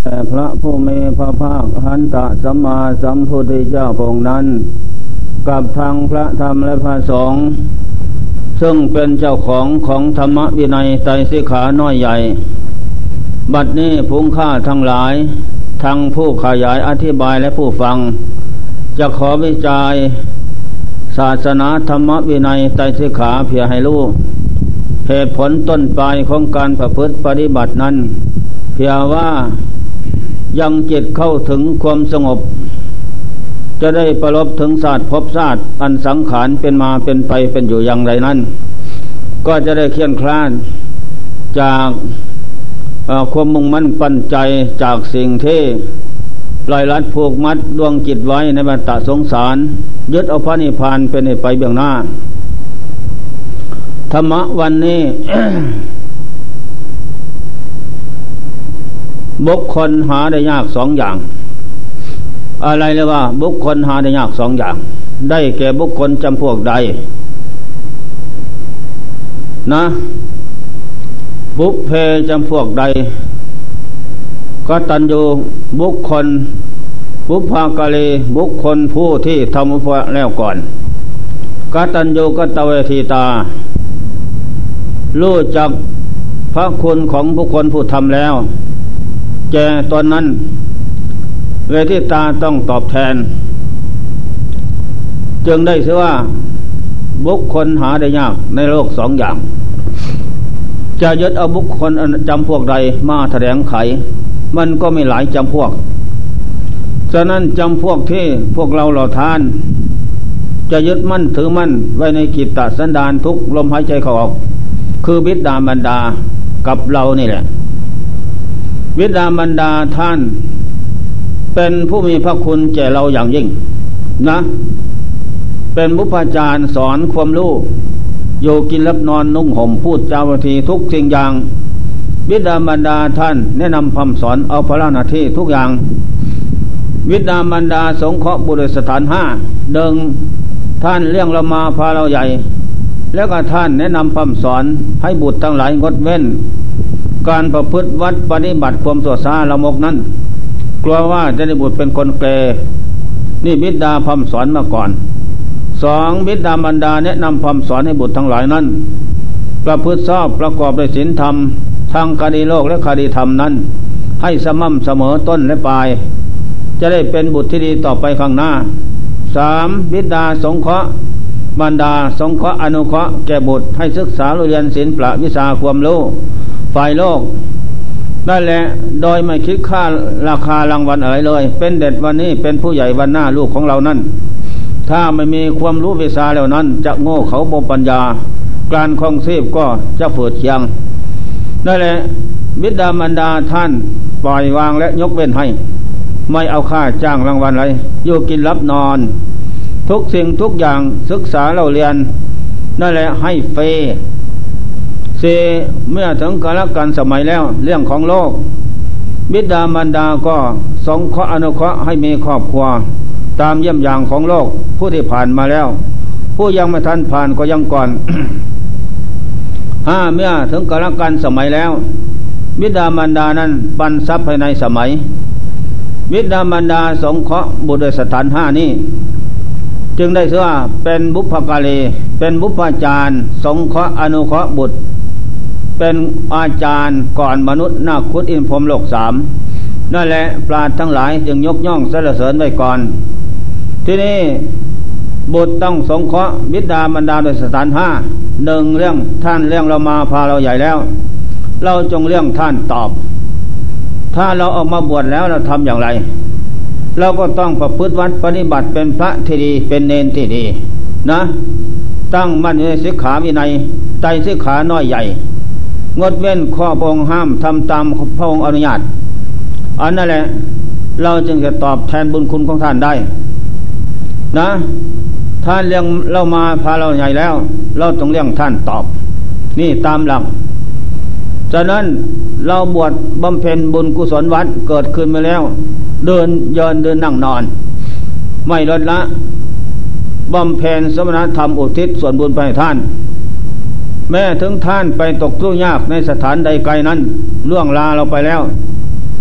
แต่พระผู้มีพระภาคอรหันตสัมมาสัมพุทธเจ้าพระองค์นั้นกับทางพระธรรมและพระสงฆ์ซึ่งเป็นเจ้าของธรรมวินัยไตรสิกขาน้อยใหญ่บัดนี้ผู้ข้าทั้งหลายทั้งผู้ขยายอธิบายและผู้ฟังจะขอวิจัยศาสนาธรรมวินัยไตรสิกขาเพื่อให้รู้เหตุผลต้นปลายของการประพฤติปฏิบัตินั้นเพื่อว่ายังจิตเข้าถึงความสงบจะได้ประลบถึงศาสตร์ภพศาสตร์อันสังขารเป็นมาเป็นไปเป็นอยู่อย่างไรนั้นก็จะได้เคลื่อนคลาดจากความมุ่งมั่นปั้นใจจากสิ่งที่ลอยลัดผูกมัดดวงจิตไว้ในวัฏสงสารยึดเอาพระนิพพานเป็นไปเบื้องหน้าธรรมะวันนี้ บุคคลหาได้ยากสองอย่างอะไรเลยว่าบุคคลหาได้ยากสองอย่างได้แก่บุคคลจำพวกใดนะบุพเพจำพวกใดก็ตัญญูบุคคลบุพากาลีบุคคลผู้ที่ทำอุปแล้วก่อนกตัญญูกตเวทีตารู้จักพระคุณของบุคคลผู้ทำแล้วแก่ตอนนั้นเวทีตาต้องตอบแทนจึงได้ชื่อว่าบุคคลหาได้ยากในโลกสองอย่างจะยึดเอาบุคคลจำพวกใดมาแถลงไขมันก็ไม่หลายจำพวกฉะนั้นจำพวกที่พวกเราเหล่าทานจะยึดมั่นถือมั่นไว้ในกิตตสันดานทุกลมหายใจเข้าออกคือบิดามารดากับเรานี่แหละบิดามารดาท่านเป็นผู้มีพระคุณแก่เราอย่างยิ่งนะเป็นบุพจารย์สอนความรู้อยู่กินรับนอนนุ่งห่มพูดจาวิธีทุกสิ่งอย่างบิดามารดาท่านแนะนำคำสอนเอาพระหน้าที่ทุกอย่างบิดามารดาสงเคราะห์บุรุษสถานห้าดึงท่านเลี้ยงเรามาพาเราใหญ่แล้วก็ท่านแนะนำคำสอนให้บุตรทั้งหลายงดเว้นการประพฤติวัดปฏิบัติความชั่วช้าละมกนั้นกลัวว่าจะได้บุตรเป็นคนแก่นี่บิดาคำสอนมาก่อนสองบิดามารดาแนะนำคำสอนให้บุตรทั้งหลายนั้นประพฤติชอบประกอบด้วยศีลธรรมทางคดีโลกและคดีธรรมนั้นให้สม่ำเสมอต้นและปลายจะได้เป็นบุตรที่ดีต่อไปข้างหน้าสามบิดาสงเคราะห์มารดาสงเคราะห์อนุเคราะห์แก่บุตรให้ศึกษาเรียนศีลประวิชาความรู้ฝ่ายโลกนั่นแหละโดยไม่คิดค่าราคารางวัลอะไรเลยเป็นเด็ดวันนี้เป็นผู้ใหญ่วันหน้าลูกของเรานั้นถ้าไม่มีความรู้วิชาแล้วนั้นจะโง่เขาบ่ปัญญาการครองชีพก็จะฝืดเคียงนั่นแหละบิดามารดาท่านปล่อยวางและยกเว้นให้ไม่เอาค่าจ้างรางวัลอะไรอยู่กินรับนอนทุกสิ่งทุกอย่างศึกษาเราเรียนนั่นแหละให้เฟเมื่อถึงกาลกันสมัยแล้วเรื่องของโลกบิดามารดาก็สงเคราะห์อนุเคราะห์ให้มีครอบครัวตามเยี่ยมอย่างของโลกผู้ที่ผ่านมาแล้วผู้ยังไม่ทันผ่านก็ยังก่อน เมื่อถึงกาลกันสมัยแล้วบิดามารดานั้นปันทรัพย์ภายในสมัยบิดามารดาสงเคราะห์บุตรสถานห้านี้จึงได้ชื่อว่าเป็นบุพการีเป็นบุพจารย์สงเคราะห์อนุเคราะห์บุตรเป็นอาจารย์ก่อนมนุษย์นาคุดอินพรหมโลกสามนั่นแหละปราชญ์ทั้งหลายจึงยกย่องสรรเสริญไว้ก่อนที่นี่บุตรต้องสงเคราะห์บิดามารดาโดยสถานห้าหนึ่งเรื่องท่านเลี้ยงเรามาพาเราใหญ่แล้วเราจงเลี้ยงท่านตอบถ้าเราออกมาบวชแล้วเราทำอย่างไรเราก็ต้องประพฤติวัดปฏิบัติเป็นพระที่ดีเป็นเณรที่ดีนะตั้งมั่นในสิกขาวินัยไตรสิกขาน้อยใหญ่งดเว้นข้อพระองค์ห้ามทำตามพระองค์อนุญาตอันนั่นแหละเราจึงจะตอบแทนบุญคุณของท่านได้นะท่านเลี้ยงเรามาพาเราใหญ่แล้วเราต้องเลี้ยงท่านตอบนี่ตามหลักฉะนั้นเราบวชบำเพ็ญบุญกุศลวัดเกิดขึ้นมาแล้วเดินยืนเดินนั่งนอนไม่ลดละบำเพ็ญสมณธรรมอุทิศส่วนบุญไปให้ท่าน แม้ถึงท่านไปตกทุกข์ยากในสถานใดไกลนั้นล่วงลาเราไปแล้วท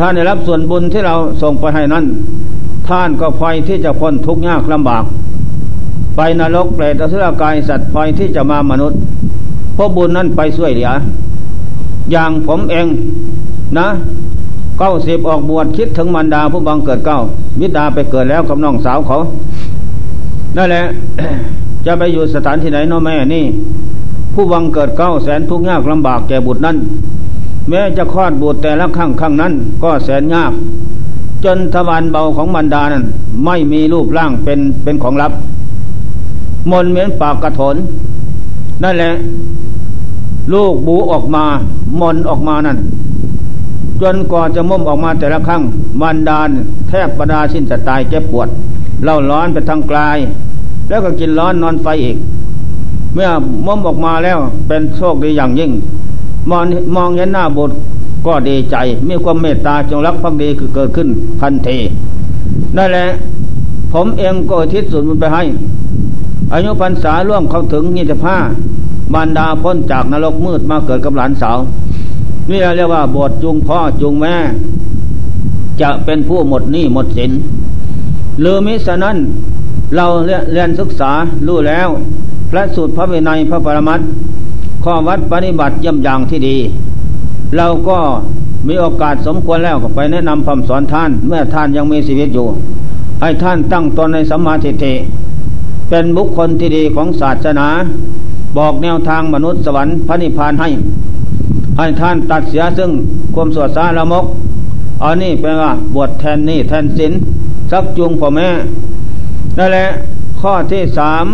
ถ้าได้รับส่วนบุญที่เราส่งไปให้นั้นท่านก็พลอยที่จะพ้นทุกข์ยากลำบากไปนรกเปรตอสุรกายสัตว์พลอยที่จะมามนุษย์เพราะบุญนั้นไปช่วยเหลืออย่างผมเองนะ90ออกบวชคิดถึงมารดาผู้บังเกิดเก้าบิดาไปเกิดแล้วกับน้องสาวเขานั่นแหละ จะไปอยู่สถานที่ไหนน้อแม่นี่ผู้บังเกิดเก้าแสนทุกข์ยากลำบากแก่บุตรนั้นแม้จะคลอดบุตรแต่ละครั้งนั้นก็แสนยากจนทวารเบาของมารดานั้นไม่มีรูปร่างเป็นของลับมนเหมือนปากกระโถนนั่นแหละลูกบูออกมามนออกมานั่นจนกว่าจะมุ่มออกมาแต่ละครั้งมารดาแทบประดาสิ้นจะตายเจ็บปวดเล่าร้อนไปทางกลายแล้วก็กินร้อนนอนไฟอีกเมื่อมุ่มออกมาแล้วเป็นโชคดีอย่างยิ่งมองเห็นหน้าบุตรก็ดีใจมีความเมตตาจงรักภักดีคือเกิดขึ้นทันทีนั่นแหละผมเองก็อุทิศส่วนบุญไปให้อายุพรรษาล่วงเข้าถึง25มารดาพ้นจากนรกมืดมาเกิดกับหลานสาวนี่เรียกว่าบวชจูงพ่อจูงแม่จะเป็นผู้หมดหนี้หมดสินหรือมิฉะนั้นเราเรียนศึกษารู้แล้วพระสูตรพระวินัยพระปรมัตถ์ข้อวัดปฏิบัติย่ำอย่างที่ดีเราก็มีโอกาสสมควรแล้วก็ไปแนะนำคำสอนท่านเมื่อท่านยังมีชีวิตอยู่ให้ท่านตั้งตนในสัมมาทิฏฐิเป็นบุคคลที่ดีของศาสนาบอกแนวทางมนุษย์สวรรค์พระนิพพานให้ท่านตัดเสียซึ่งความสวดสาละมกอันนี้แปลว่าบวชแทนหนี้แทนสินชักจูงพ่อแม่นั่นแหละข้อที่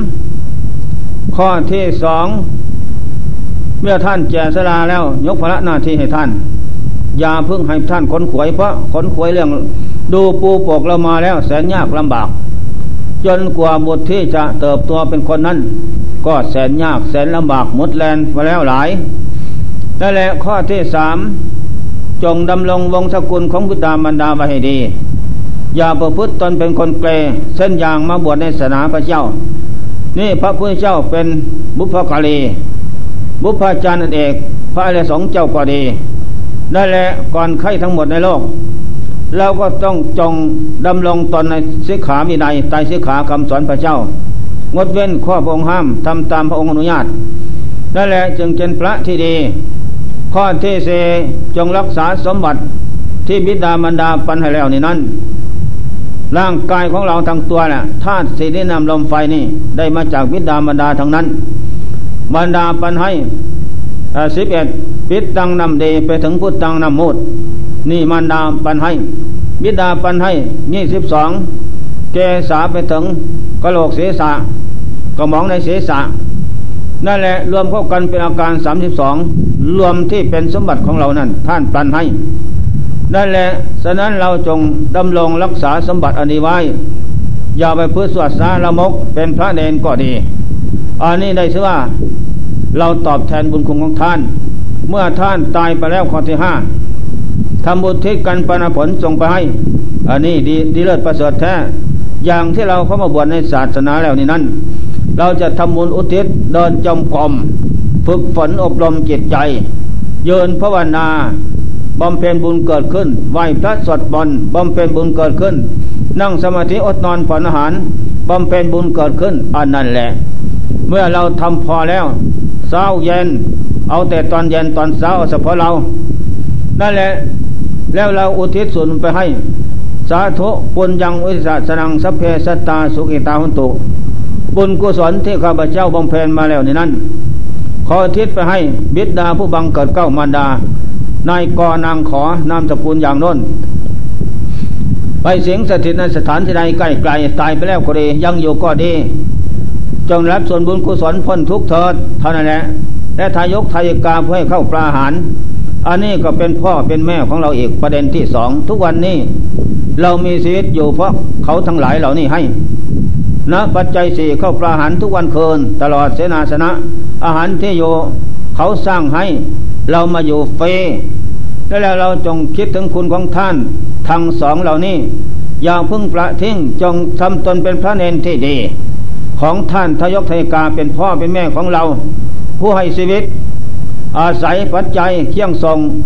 3ข้อที่2เมื่อท่านแก่ชราแล้วยกภาระหน้าที่ให้ท่านอย่าเพิ่งให้ท่านขนขวยเพราะขนขวยเรื่องดูปูปกเรามาแล้วแสนยากลำบากจนกว่าบุตรที่จะเติบโตเป็นคนนั้นก็แสนยากแสนลำบากหมดแรงมาแล้วหลายนั่นแหละข้อที่3จงดำรงวงศกุลของบิดามารดาไว้ให้ดีอย่าประพฤติตนเป็นคนเกเรเส้นอย่างมาบวชในศาสนาพระเจ้านี่พระพุทธเจ้าเป็นบุพการีบุพจารย์เอกพระอริยสงฆ์เจ้าก็ดีนั่นแหละก่อนใครทั้งหมดในโลกเราก็ต้องจงดำรงตนในสิกขาวินัยไตรสิกขาคำสอนพระเจ้างดเว้นข้อพระองค์ห้ามทำตามพระองค์อนุญาตนั่นแหละจึงเป็นพระที่ดีข้อที่4จงรักษาสมบัติที่บิดามารดาปันให้แล้วนี่นั้นร่างกายของเราทั้งตัวน่ะธาตุสี่ดินน้ำลมไฟนี่ได้มาจากบิดามารดาทั้งนั้นมารดาปันให้11ปิดตังนำดีไปถึงพุทธังนำมุดนี่มารดาปันให้บิดาปันให้22เกษาไปถึงกะโหลกศีรษะกระหม่อมในศีรษะนั่นแหละรวมเข้ากันเป็นอาการ32รวมที่เป็นสมบัติของเรานั้นท่านปันให้นั่นแหละฉะนั้นเราจงดำรงรักษาสมบัติอันนี้ไว้อย่าไปเพื่อสวดสาละมกเป็นพระเนรก็ดีอันนี้ได้ชื่อว่าเราตอบแทนบุญคุณของท่านเมื่อท่านตายไปแล้วข้อที่5ทำบุญทิศกันปนผลส่งไปให้อันนี้ดีเลิศประเสริฐแท้อย่างที่เราเข้ามาบวชในศาสนาแล้วนี่นั้นเราจะทำบุญอุทิศเดินจงกรมฝึกฝนอบรมจิตใจเยินภาวนาบำเพ็ญบุญเกิดขึ้นไหว้พระสวดมนต์บำเพ็ญบุญเกิดขึ้นนั่งสมาธิอดนอนผ่อนอาหารบำเพ็ญบุญเกิดขึ้นอันนั้นแหละเมื่อเราทำพอแล้วเช้าเย็นเอาแต่ตอนเย็นตอนเช้าเฉพาะเรานั่นแหละแล้วเราอุทิศส่วนไปให้สาธุปุญญังวิสัสนังสัพเพสัตตาสุขิตาหุนตุบุญกุศลที่ข้าพเจ้าบำเพ็ญมาแล้วในนั้นขออุทิศไปให้บิดาผู้บังเกิดเก้ามารดานายกนางขอนามสกุลอย่างโน้นไปสิงสถิตในสถานที่ใดใกล้ไกลตายไปแล้วก็ดียังอยู่ก็ดีจงรับส่วนบุญกุศลพ้นทุกข์เถิดเท่านั้นแหละและทายกทายิกาเพื่อให้เข้าปราหารอันนี้ก็เป็นพ่อเป็นแม่ของเราอีกประเด็นที่2ทุกวันนี้เรามีชีวิตอยู่เพราะเขาทั้งหลายเหล่านี้ให้นะปัจจัย4เข้าปราหารทุกวันคืนตลอดเสนาสนะอาหารที่อยู่เขาสร้างให้เรามาอยู่ฟรีแล้วเราจงคิดถึงคุณของท่านทั้ง2เหล่านี้อย่าพึ่งประทิ้งจงทำตนเป็นพระเนรที่ดีของท่านทายกทายิกาเป็นพ่อเป็นแม่ของเราผู้ให้ชีวิตอาศัยปัจจัยเคียงส่ง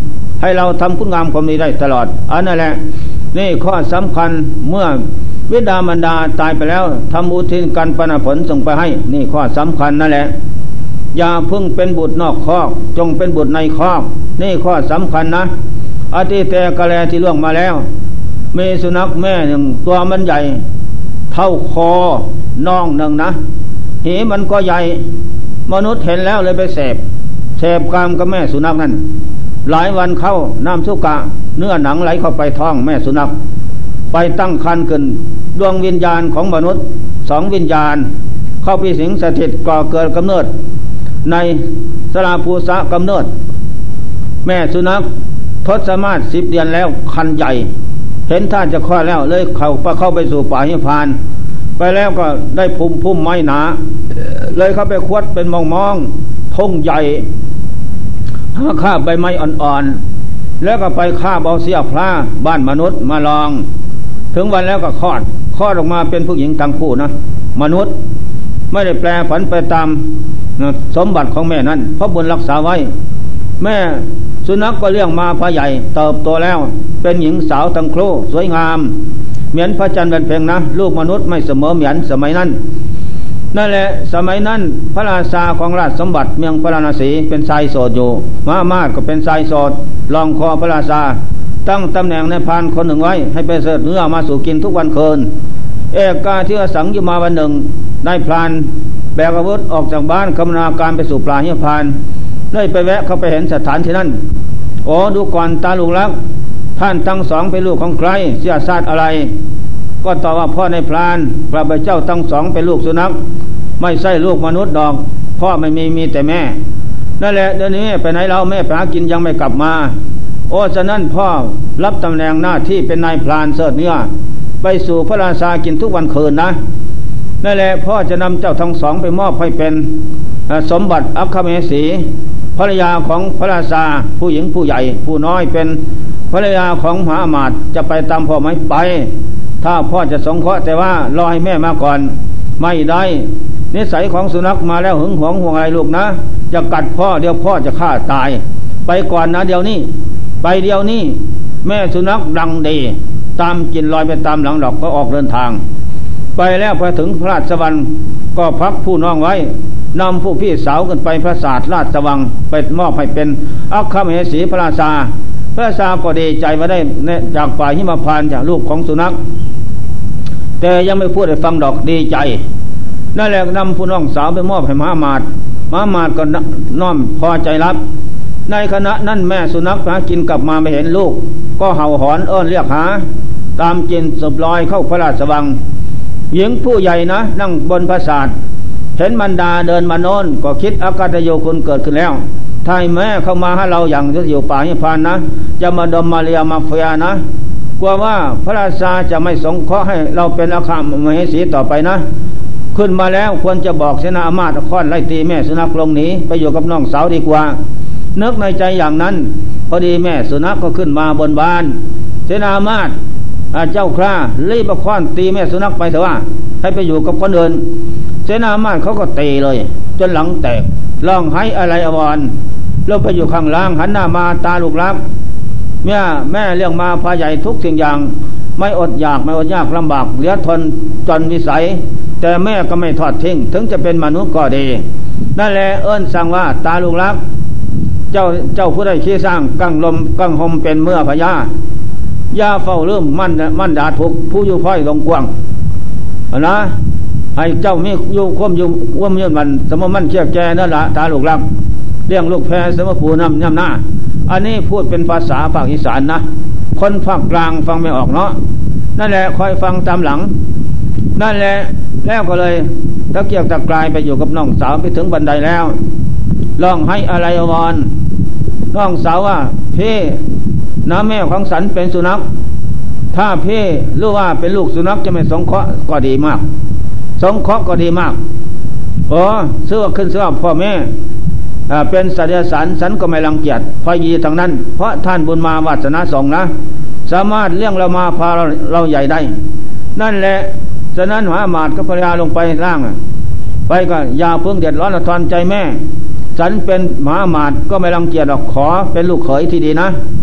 ให้เราทำคุณงามความดีได้ตลอดอันนั่นแหละนี่ข้อสำคัญเมื่อบิดามารดาตายไปแล้วทำอุทิศกันปันผลส่งไปให้นี่ข้อสำคัญนั่นแหละอย่าพึ่งเป็นบุตรนอกคอกจงเป็นบุตรในคอกนี่ข้อสำคัญนะอติเตกะแลที่ล่วงมาแล้วมีสุนัขแม่หนึ่งตัวมันใหญ่เท่าคอน้องหนึ่งนะหีมันก็ใหญ่มนุษย์เห็นแล้วเลยไปเสพกามกับแม่สุนัขนั่นหลายวันเข้าน้ำสุกะเนื้อหนังไหลเข้าไปท้องแม่สุนัขไปตั้งครรภ์ขึ้นดวงวิญญาณของมนุษย์2 วิญญาณเข้าไปสิงสถิตก่อเกิดกำเนิดในสลาภูษะกำเนิดแม่สุนัขทศมาศ10 เดือนแล้วคันใหญ่เห็นท่าจะคลอดแล้วเลยเข้าไปสู่ป่าหิมพานต์ไปแล้วก็ได้พุ่มไม้หนาเลยเข้าไปควดเป็นมองทงใหญ่ฆ่าใบไม้อ่อนๆแล้วก็ไปฆ่าเบาเสียพระบ้านมนุษย์มาลองถึงวันแล้วก็คลอดออกมาเป็นผู้หญิงทั้งคู่นะมนุษย์ไม่ได้แปลผันไปตามสมบัติของแม่นั้นเพราะบุญรักษาไว้แม่สุนัขก็เลี้ยงมาพระใหญ่เติบโตแล้วเป็นหญิงสาวทั้งคู่สวยงามเหมือนพระจันทร์เป็นเพ็งนะลูกมนุษย์ไม่เสมอเหมือนสมัยนั้นนั่นแหละสมัยนั้นพระราชาของราชสมบัติเมืองพาราณสีเป็นชายโสดอยู่มาศก็เป็นชายโสดรองคอพระราชาตั้งตำแหน่งในพานคนหนึ่งไว้ให้ไปเสด็จเนื้อมาสู่กินทุกวันคืนเอกาที่สังอยู่มาวันหนึ่งได้พลานแบกอาวุธออกจากบ้านคมนาการไปสู่ป่าหิมพานต์ได้ไปแวะเข้าไปเห็นสถานที่นั้นโอ้ดูก่อนตาลูกรักท่านทั้งสองเป็นลูกของใครเสียชาติอะไรก็ตอบว่าพ่อในพลานพระเจ้าทั้งสองเป็นลูกสุนัขไม่ใช่ลูกมนุษย์ดอกพ่อไม่มีแต่แม่นั่นแหละเดี๋ยวนี้ไปไหนเราแม่ไปหากินยังไม่กลับมาโอ้ฉะนั้นพ่อรับตำแหน่งหน้าที่เป็นนายพลานเสิร์ชเนื้อไปสู่พระราชากินทุกวันคืนนะนั่นแหละพ่อจะนำเจ้าทั้งสองไปมอบให้เป็นสมบัติอัคคเมสีภรรยาของพระราชาผู้หญิงผู้ใหญ่ผู้น้อยเป็นภรรยาของมหาอมาตย์จะไปตามพ่อไหมไปถ้าพ่อจะสงเคราะห์แต่ว่ารอให้แม่มาก่อนไม่ได้นิสัยของสุนัขมาแล้วหึงหวงห่วงอะไรลูกนะจะกัดพ่อเดี๋ยวพ่อจะฆ่าตายไปก่อนนะเดี๋ยวนี้ไปเดี๋ยวนี้แม่สุนัขดังดีตามกินลอยไปตามหลังดอกก็ออกเดินทางไปแล้วพอถึงพระราชวังก็พักผู้น้องไว้นำผู้พี่สาวขึ้นไปพระศาสตร์ราชวังไปมอบให้เป็นอัคคมเหสีพระราชาก็ดีใจว่าได้จากป่าหิมพานต์จากลูกของสุนัขแต่ยังไม่พูดให้ฟังดอกดีใจนั่นแหละนำผู้น้องสาวไปมอบให้มหาอมาตย์ก็น้อมพอใจรับในขณะนั้นแม่สุนัขหากินกลับมาไม่เห็นลูกก็เห่าหอนเรียกหาตามกินศพลอยเข้าพระราชวังหญิงผู้ใหญ่นะนั่งบนปราสาทเห็นมารดาเดินมาโน้นก็คิดอากาตโยคุณเกิดขึ้นแล้วถ้าแม่เข้ามาให้เราอย่างจะอยู่ป่าหิมพานต์นะจะมาดมมาเลียมาเฟียนะกลัวว่าพระราชาจะไม่สงเคราะห์ให้เราเป็นอัคคมเหสีต่อไปนะขึ้นมาแล้วควรจะบอกเสนาอมาตย์ค้อนไล่ตีแม่สุนัขลงหนีไปอยู่กับน้องสาวดีกว่านึกในใจอย่างนั้นพอดีแม่สุนัขก็ขึ้นมาบนบ้านเสนาอมาตย์เจ้าคร่ารีบค้อนตีแม่สุนัขไปเถอะว่าให้ไปอยู่กับคนอื่นเสนาอมาตย์เขาก็ตีเลยจนหลังแตกร้องไห้อะไรอววรแล้วไปอยู่ข้างล่างหันหน้ามาตาลูกรักแม่เลี้ยงมาพาใหญ่ทุกสิ่งอย่างไม่อดอยากไม่อดยากลำบากเหลือทนจนวิสัยแต่แม่ก็ไม่ทอดทิ้งถึงจะเป็นมนุษย์ก็ดีนั่นแหละสั่งว่าตาลูกรักเจ้าผู้ใดขี้สร้างกั้งลมกั้งหมเป็นเมื่อพญาย่าเฝ้าเริ่มมั่นดาถูกผู้อยู่พ้อยลงกว้างนะให้เจ้ามีอยู่ควมอยู่ว่มยืนมันสมมันเชี่ยวแก่นั่นละตาลูกรักเลี้ยงลูกแพรสมผูน้ำหน้าอันนี้พูดเป็นภาษาภาคอีสานนะคนภาคกลางฟังไม่ออกเนาะนั่นแหละคอยฟังตามหลังนั่นแหละแล้วก็เลยตะเกียกตะกลายไปอยู่กับน้องสาวไปถึงบันไดแล้วร้องให้อะไรอวรน้องสาวว่าพี่น้าแม่ของสันเป็นสุนัขถ้าพี่รู้ว่าเป็นลูกสุนัขจะไม่สงเคราะห์ก็ดีมากสงเคราะห์ก็ดีมากเสื้อขึ้นเสื้อพ่อแม่เป็นสัตยสารสันก็ไม่รังเกียจพอยีทางนั้นเพราะท่านบุญมาวาสนาส่งนะสามารถเลี้ยงเรามาพาเราใหญ่ได้นั่นแหละฉะนั้นมหาอมาตย์ก็ภรรยาลงไปล่างไปก็อย่าเพิ่งเดือดร้อนทอนใจแม่ฉันเป็นมหาอมาตย์ก็ไม่รังเกียจหรอกขอเป็นลูกเขยที่ดีนะ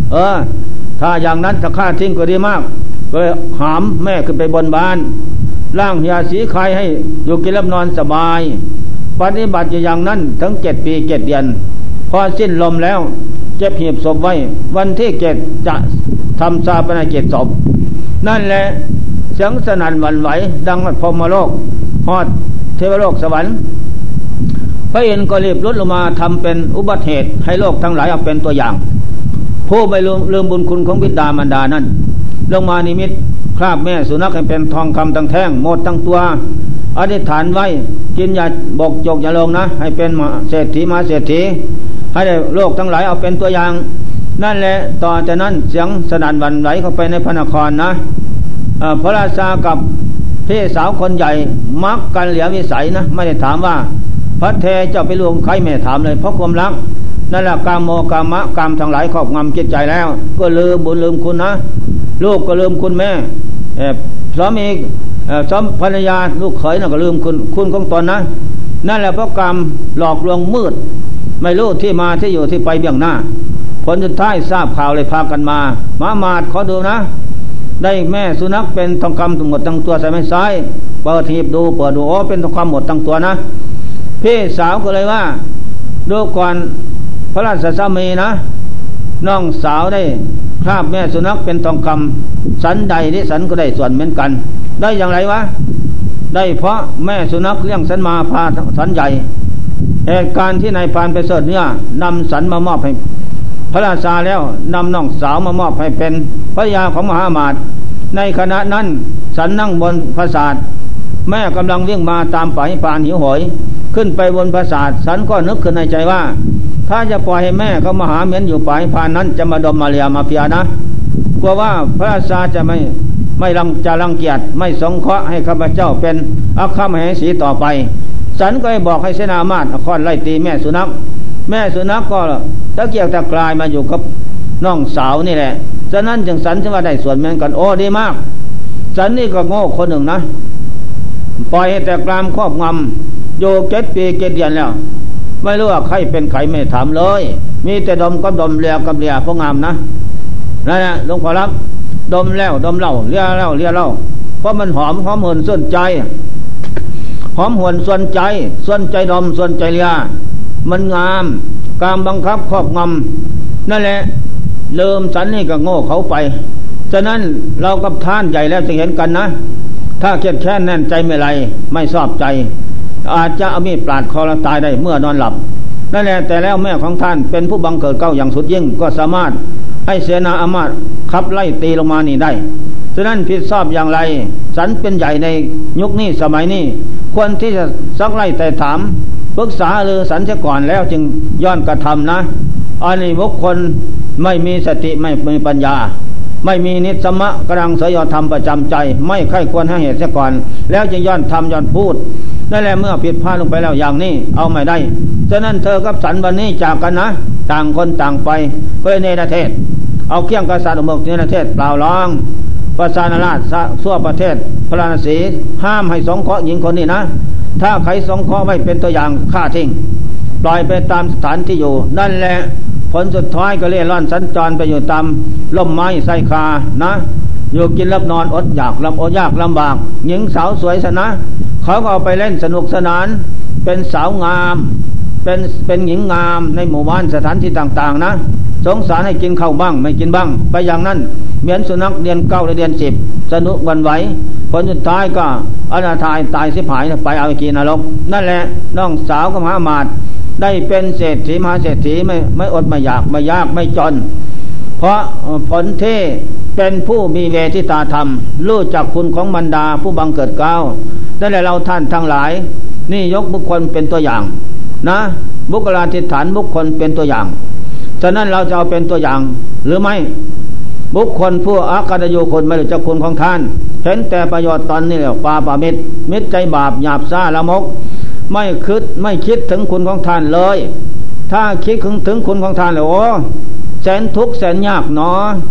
ถ้าอย่างนั้นถ้าฆ่าทิ้งก็ดีมากก็เลยหามแม่ขึ้นไปบนบ้านล่างยาสีไข่ให้อยู่กินแล้วนอนสบายปฏิบัติอย่างนั้นทั้ง7 ปี7 เดือนพอสิ้นลมแล้วเก็บหีบศพไว้วันที่7จะทำชาปนกิจศพนั่นแหละเสียงสนั่นหวั่นไหวดังพรหมโลกฮอดเทวโลกสวรรค์พระอินทร์ก็รีบลุลงมาทำเป็นอุบัติเหตุให้โลกทั้งหลายเอาเป็นตัวอย่างผู้ไม่ลืมบุญคุณของบิดามารดานั้นลงมานิมิตคราบแม่สุนัขให้เป็นทองคำทั้งแท่งหมดทั้งตัวอธิษฐานไว้กินอย่าบกจกอย่าลงนะให้เป็นเศรษฐีมาเศรษฐีให้โลกทั้งหลายเอาเป็นตัวอย่างนั่นแหละต่อจากนั้นเสียงสนั่นหวั่นไหวเข้าไปในพระนครนะพระราชากับพี่สาวคนใหญ่มักกันเหลียววิสัยนะไม่ได้ถามว่าพระเทเจ้าไปลวงใครไม่ถามเลยเพราะความรักนั่นแหละกามโมกามะกามทั้งหลายครอบงำจิตใจแล้วก็ลืมบุญลืมคุณนะลูกก็ลืมคุณแม่สามีสามีภรรยาลูกเขยน่ะก็ลืมคุณของตนนะนั่นแหละเพราะกามหลอกลวงมืดไม่รู้ที่มาที่อยู่ที่ไปเบื้องหน้าผลสุดท้ายทราบข่าวเลยพากันมามาดขอดูนะได้แม่สุนัขเป็นทองคำหมดทั้งตัวใส่ไม่ซ้ายเปิดหีบดูเปิดดูโอ้เป็นทองคำหมดทั้งตัวนะพี่สาวก็เลยว่าดูก่อนพระราชสามีนะน้องสาวได้คราบแม่สุนัขเป็นทองคำสันใดที่สันก็ได้ส่วนเหมือนกันได้อย่างไรวะได้เพราะแม่สุนัขเลี้ยงสันมาพาสันใหญ่เหตุการณ์ที่นายพรานไปเสดเนี่ยนำสันมามอบให้พระราชาแล้วนำน้องสาวมามอบให้เป็นภรรยาของมหามาตในขณะนั้นสันนั่งบนปราสาทแม่กำลังวิ่งมาตามป่าพานหิวโหยขึ้นไปบนปราสาทสันก็นึกขึ้นในใจว่าถ้าจะปล่อยให้แม่เขามาหาเหม็นอยู่ป่าพานนั้นจะมาดมมาเลียมาเฟียนะกลัวว่าพระราชาจะไม่รังเกียจไม่สงเคราะห์ให้ข้าพเจ้าเป็นอัครมเหสีต่อไปสันก็ให้บอกให้เสนามาตรค้อนไล่ตีแม่สุนัขก็ตะเกียกตะกลายมาอยู่กับน้องสาวนี่แหละฉะนั้นจึงสันจึงว่าได้ส่วนเหมือนกันโอ้ดีมากสันนี่ก็โง่คนหนึ่งนะปล่อยให้แต่กลามครอบงำโย7 ปี7 เดือนแล้วไม่รู้ว่าใครเป็นใครไม่ถามเลยมีแต่ดมกับดมเลียกับเลียพวกงามนะนั่นแหละหลวงพ่อรับดมแล้วดมเล่าเลียเล่าเพราะมันหอมหืนส่วนใจหอมหวนส่วนใจดมส่วนใจเลียมันงามการบังคับครอบงำนั่นแหละเริ่มสันนี่ก็โง่เขาไปฉะนั้นเรากับท่านใหญ่แล้วจะเห็นกันนะถ้าเก็บแค้นแน่นใจไม่ไรไม่ชอบใจอาจจะเอามีดปาดคอเราตายได้เมื่อนอนหลับนั่นแหละแต่แล้วแม่ของท่านเป็นผู้บังเกิดเก้าอย่างสุดยิ่งก็สามารถให้เสนาอามาตย์ขับไล่ตีลงมานี่ได้ฉะนั้นผิดชอบอย่างไรสันเป็นใหญ่ในยุคนี้สมัยนี้ควรที่จะซักไล่แต่ถามปรึกษาหรือสันเสียก่อนแล้วจึงย้อนกระทำนะอันนี้บุคคลไม่มีสติไม่มีปัญญาไม่มีนิสสมะกำลังเสยธรรมประจำใจไม่ใคร่ควรให้เหตุเสียก่อนแล้วจึงย้อนทำย้อนพูดนั่นแหละเมื่อผิดพลาดลงไปแล้วอย่างนี้เอาไม่ได้ฉะนั้นเธอกับสันวันนี้จากกันนะต่างคนต่างไปเพื่อเนรเทศเอาเขี้ยงกษัตริย์อุโมกเนรเทศเปล่าร้องประสานราชทั่วประเทศพระนศีห้ามให้สงเคราะห์หญิงคนนี้นะถ้าใครสงเคราะห์ไม่เป็นตัวอย่างฆ่าทิ้งปล่อยไปตามสถานที่อยู่นั่นแหละผลสุดท้ายก็เล่ร่อนสัญจรไปอยู่ตามล่มไม้ไทรคานะอยู่กินรับนอนอดอยากลำบากหญิงสาวสวยสนะเขาก็เอาไปเล่นสนุกสนานเป็นสาวงามเป็นหญิงงามในหมู่บ้านสถานที่ต่างๆนะสงสารให้กินข้าวบ้างไม่กินบ้างไปอย่างนั้นเหมือนสุนัขเดือน9หรือเดือน10สนุกวันไหวผลสุดท้ายก็อนาถายตายสิบหายไปเอากีนรกนั่นแหละน้องสาวกับมหามาตได้เป็นเศรษฐีมหาเศรษฐีไม่อดไม่อยากไม่ยากไม่จนเพราะผลที่เป็นผู้มีเวทิตาธรรมรู้จักคุณของบรรดาผู้บังเกิดเกล้านั่นแหละเราท่านทั้งหลายนี่ยกบุคคลเป็นตัวอย่างนะบุคลาธิฐานบุคคลเป็นตัวอย่างฉะนั้นเราจะเอาเป็นตัวอย่างหรือไม่บุคคลผู้อากตัญญูคนไม่รู้จักคุณของท่านเห็นแต่ประโยชน์ตนนี่แหละปาปามิตรใจบาปหยาบซ่าละมกไม่คิดถึงคุณของท่านเลยถ้าคิดถึงคุณของท่านแล้วโอ้แสนทุกข์แสนยากเนาะ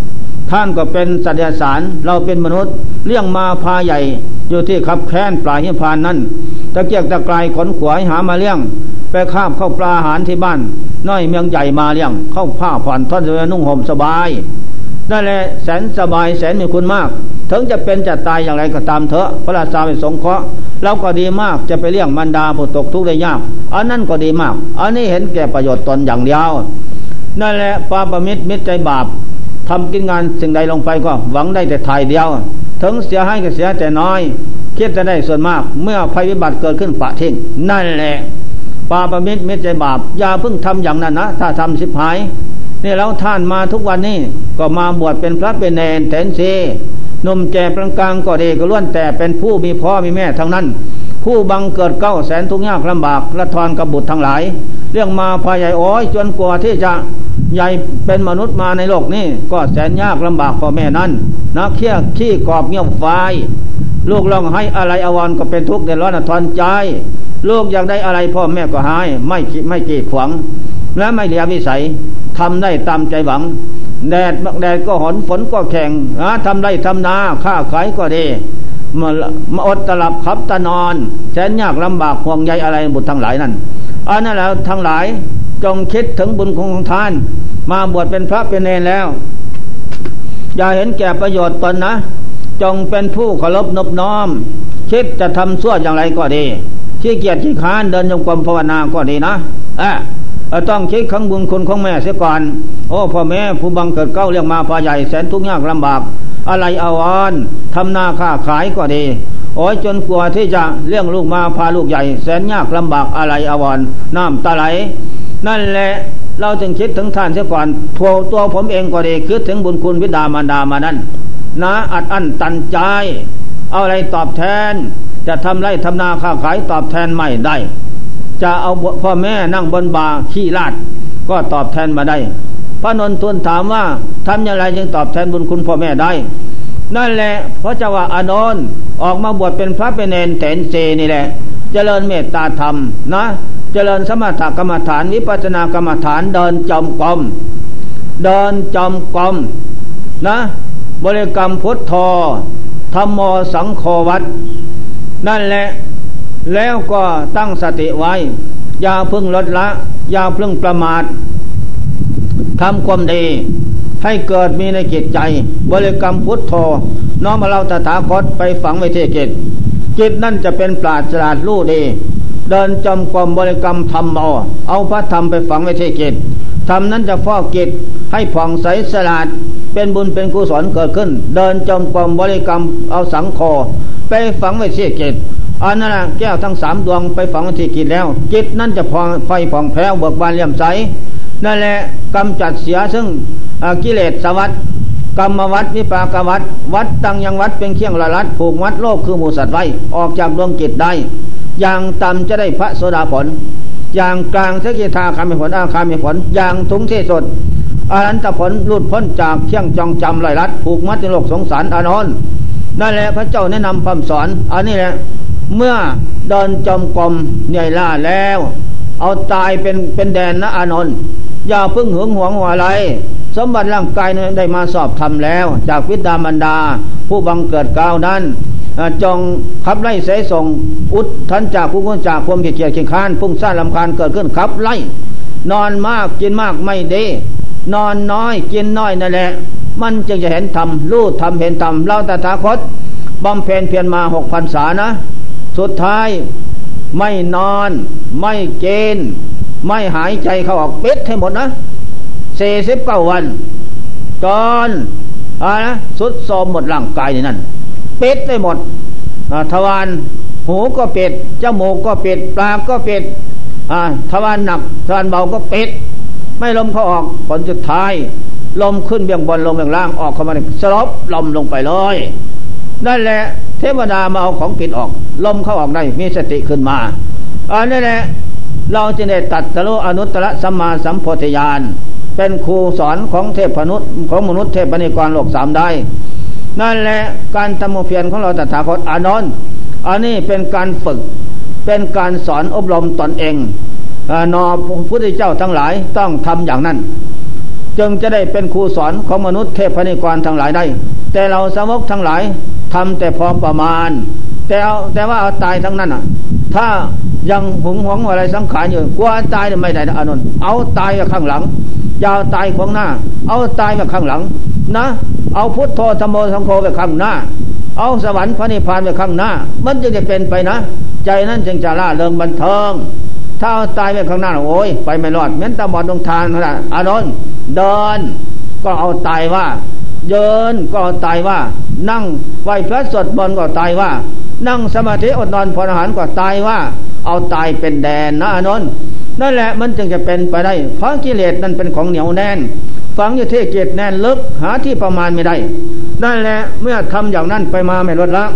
ท่านก็เป็นสัตว์สารเราเป็นมนุษย์เลี้ยงมาพาใหญ่อยู่ที่ขับแค้นปลายหิมพานนั้นตะเกียกตะกายขนขวายหามาเลี้ยงไปคาบเข้าปลาอาหารที่บ้านน้อยเมืองใหญ่มาเลี้ยงเข้าผ้าผ่อนท่อนเรือนุ่งห่มสบายนั่นแหละแสนสบายแสนมีคุณมากถึงจะเป็นจะตายอย่างไรก็ตามเถอะพระราชาไปสงเคราะห์เราก็ดีมากจะไปเลี้ยงมารดาผู้ตกทุกข์ได้ยากอันนั้นก็ดีมากอันนี้เห็นแก่ประโยชน์ตนอย่างเดียวนั่นแหละปาปมิตรมิตรใจบาปทำกินงานสิ่งใดลงไปก็หวังได้แต่ทายเดียวถึงเสียให้ก็เสียแต่น้อยคิดจะได้ส่วนมากเมื่อภัยวิบัติเกิดขึ้นปะทิ้งนั่นแหละปาปมิตรมิตรใจบาปอย่าเพิ่งทำอย่างนั้นนะถ้าทำสิบหายนี่แล้วท่านมาทุกวันนี้ก็มาบวชเป็นพระเป็นเณรแทนซีหนุ่มแก่ปานกลางก็ดีก็ล้วนแต่เป็นผู้มีพ่อมีแม่ทั้งนั้นผู้บังเกิดเก้าแสนทุกข์ยากลำบากละทอนกับบุตรทั้งหลายเรื่องมาพาใหญ่โอ้ยจนกว่าที่จะใหญ่เป็นมนุษย์มาในโลกนี้ก็แสนยากลำบากพ่อแม่นั้นนะเคี้ยขี้กอบเงี้ยวไฟลูกร้องให้อะไรอวรก็เป็นทุกข์เดือดร้อนทอนใจลูกอยากได้อะไรพ่อแม่ก็ให้ไม่กีดขวางและไม่เหลียวิสัยทำได้ตามใจหวังแดดก็หนฝนก็แข่งทำได้ทำนาค้าขายก็ดีมาอดตะหลับขับตะนอนแสนยากลำบากห่วงใยอะไรบุตรทั้งหลายนั่นอันนั้นแล้วทั้งหลายจงคิดถึงบุญของท่านมาบวชเป็นพระเป็นเณรแล้วอย่าเห็นแก่ประโยชน์ตนนะจงเป็นผู้เคารพนอบน้อมคิดจะทำชั่วอย่างไรก็ดีขี้เกียจขี้ค้านเดินจงกรมภาวนาก็ดีนะต้องคิดขังบุญคุณของแม่เสียก่อนโอ้พ่อแม่ผู้บังเกิดเก้าเลี้ยงมาพาใหญ่แสนทุกข์ยากลำบากอะไรเอาอ่อนทำนาค้าขายก็ดีโอ้ยจนกลัวที่จะเลี้ยงลูกมาพาลูกใหญ่แสนยากลำบากอะไรเอาอ่อนน้ำตาไหลนั่นแหละเราจึงคิดถึงท่านเสียก่อนตัวผมเองก็ดีคิดถึงบุญคุณบิดามารดามานั้นนะอัดอั้นตันใจเอาอะไรตอบแทนจะทำไรทำนาค้าขายตอบแทนไม่ได้จะเอาพ่อแม่นั่งบนบาขี้ลาดก็ตอบแทนมาได้พระนนทุนถามว่าทำอย่างไรจึงตอบแทนบุญคุณพ่อแม่ได้นั่นแหละเพราะเจ้าว่าอานนท์ออกมาบวชเป็นพระเป็นเณรแทนเจนี่แหละเจริญเมตตาธรรมนะเจริญสมถกรรมฐานวิปัสสนากรรมฐานเดินจอมกรมนะบริกรรมพุทโธธัมโมสังโฆวัดนั่นแหละแล้วก็ตั้งสติไว้อย่าพึ่งลดละอย่าพึ่งประมาททำความดีให้เกิดมีในจิตใจบริกรรมพุทโธน้อมเราตถาคตไปฝังไว้ที่จิตนั่นจะเป็นปราชญ์ฉลาดรู้ดีเดินจมกรมบริกรรมธรรมเอาพระธรรมไปฝังไว้ที่จิตธรรมนั้นจะฟอกจิตให้ผ่องใสฉลาดเป็นบุญเป็นกุศลเกิดขึ้นเดินจมกรมบริกรรมเอาสังโฆไปฝังไว้ที่จิตอันนั้นแก้วทั้ง3ดวงไปฝังไว้ที่จิตแล้วจิตนั่นจะผ่องแผ้วเบิกบานเลี่ยมใสนั่นแหละกำจัดเสียซึ่งกิเลสวัฏกรรมวัฏวิปากวัฏวัฏตังยังวัฏเป็นเครื่องละลัดผูกวัฏโลกคือหมู่สัตว์ไว้ออกจากดวงจิตได้อย่างต่ำจะได้พระโสดาผลอย่างกลางสกิทาคามิผลอาคามิผลอย่างทุงที่สุดอรันตผลหลุดพ้นจากเครื่องจองจำลอยลัดผูกมัดในโลกสงสารอานนท์นั่นแหละพระเจ้าแนะนำคำสอนอันนี้แหละเมื่อเดินจมกรมเหนื่อยล้าแล้วเอาตายเป็นแดนนะอานนท์อย่าพึ่งหึงหวงอะไรสมบัติร่างกายได้มาสอบทำแล้วจากวิดามารดาผู้บังเกิดเก้านั้นจงขับไล่เสยส่งอุดทันจากผู้คนจากความเกียจขี้ค้านพุ่งซ่านลำคาญเกิดขึ้นขับไล่นอนมากกินมากไม่ดีนอนน้อยกินน้อยนั่นแหละมันจึงจะเห็นธรรมรู้ธรรมเห็นธรรมเราตถาคตบำเพ็ญเพียรมา6 พรรษานะสุดท้ายไม่นอนไม่กินไม่หายใจเข้าออกปิดให้หมดนะ49 วันจนสุดโทรมหมดร่างกายนั่นปิดได้หมดทวารหูก็ปิดจมูกก็ปิดปากก็ปิดทวารหนักทวารเบาก็ปิดไม่ลมเข้าออกผลสุดท้ายลมขึ้นเบี่ยงบนลงเบี่ยงล่างออกเข้ามาสลบลมลงไปเลยนั่นแหละเทวดามาเอาของปิดออกลมเข้าออกได้มีสติขึ้นมานั่นแหละเราจะได้ตัดสโลอนุตตรสัมมาสัมโพธิญาณเป็นครูสอนของเทพมนุษย์ของมนุษย์เทพนิกรโลก3ได้นั่นแหละการทำความเพียรของเราตถาคตอานนท์อันนี้เป็นการฝึกเป็นการสอนอบรมตนเองพระพุทธเจ้าทั้งหลายต้องทำอย่างนั้นจึงจะได้เป็นครูสอนของมนุษย์เทพนิกรทั้งหลายได้แต่เราสาวกทั้งหลายทำแต่พอประมาณแต่ว่าเอาตายทั้งนั้นถ้ายังหึงหวงอะไรสังขารอยู่กลัวตายไม่ได้นะอานนท์เอาตายข้างหลังยาวตายของหน้าเอาตายมาข้างหลังนะเอาพุทโธธัมโมสังโฆไปข้างหน้าเอาสวรรค์พระนิพพานไปข้างหน้ามันจึงจะเป็นไปนะใจนั้นจึงจะล่าเริงบันเทิงถ้าเอาตายไปข้างหน้าโอ้ยไปไม่รอดเหมือนตาบอดดวงทางนะอานนท์เดินก็เอาตายว่าเดินก็เอาตายว่านั่งไหว้พระสวดมนต์ก็ตายว่านั่งสมาธิอดนอนภาวนาอาหารก็ตายว่าเอาตายเป็นแดนนะอานนท์นั่นแหละมันจึงจะเป็นไปได้เพราะกิเลสนั้นเป็นของเหนียวแน่นฝังอยู่ที่จิตแน่นลึกหาที่ประมาณไม่ได้นั่นแหละเมื่อทำอย่างนั้นไปมาไม่ลดละ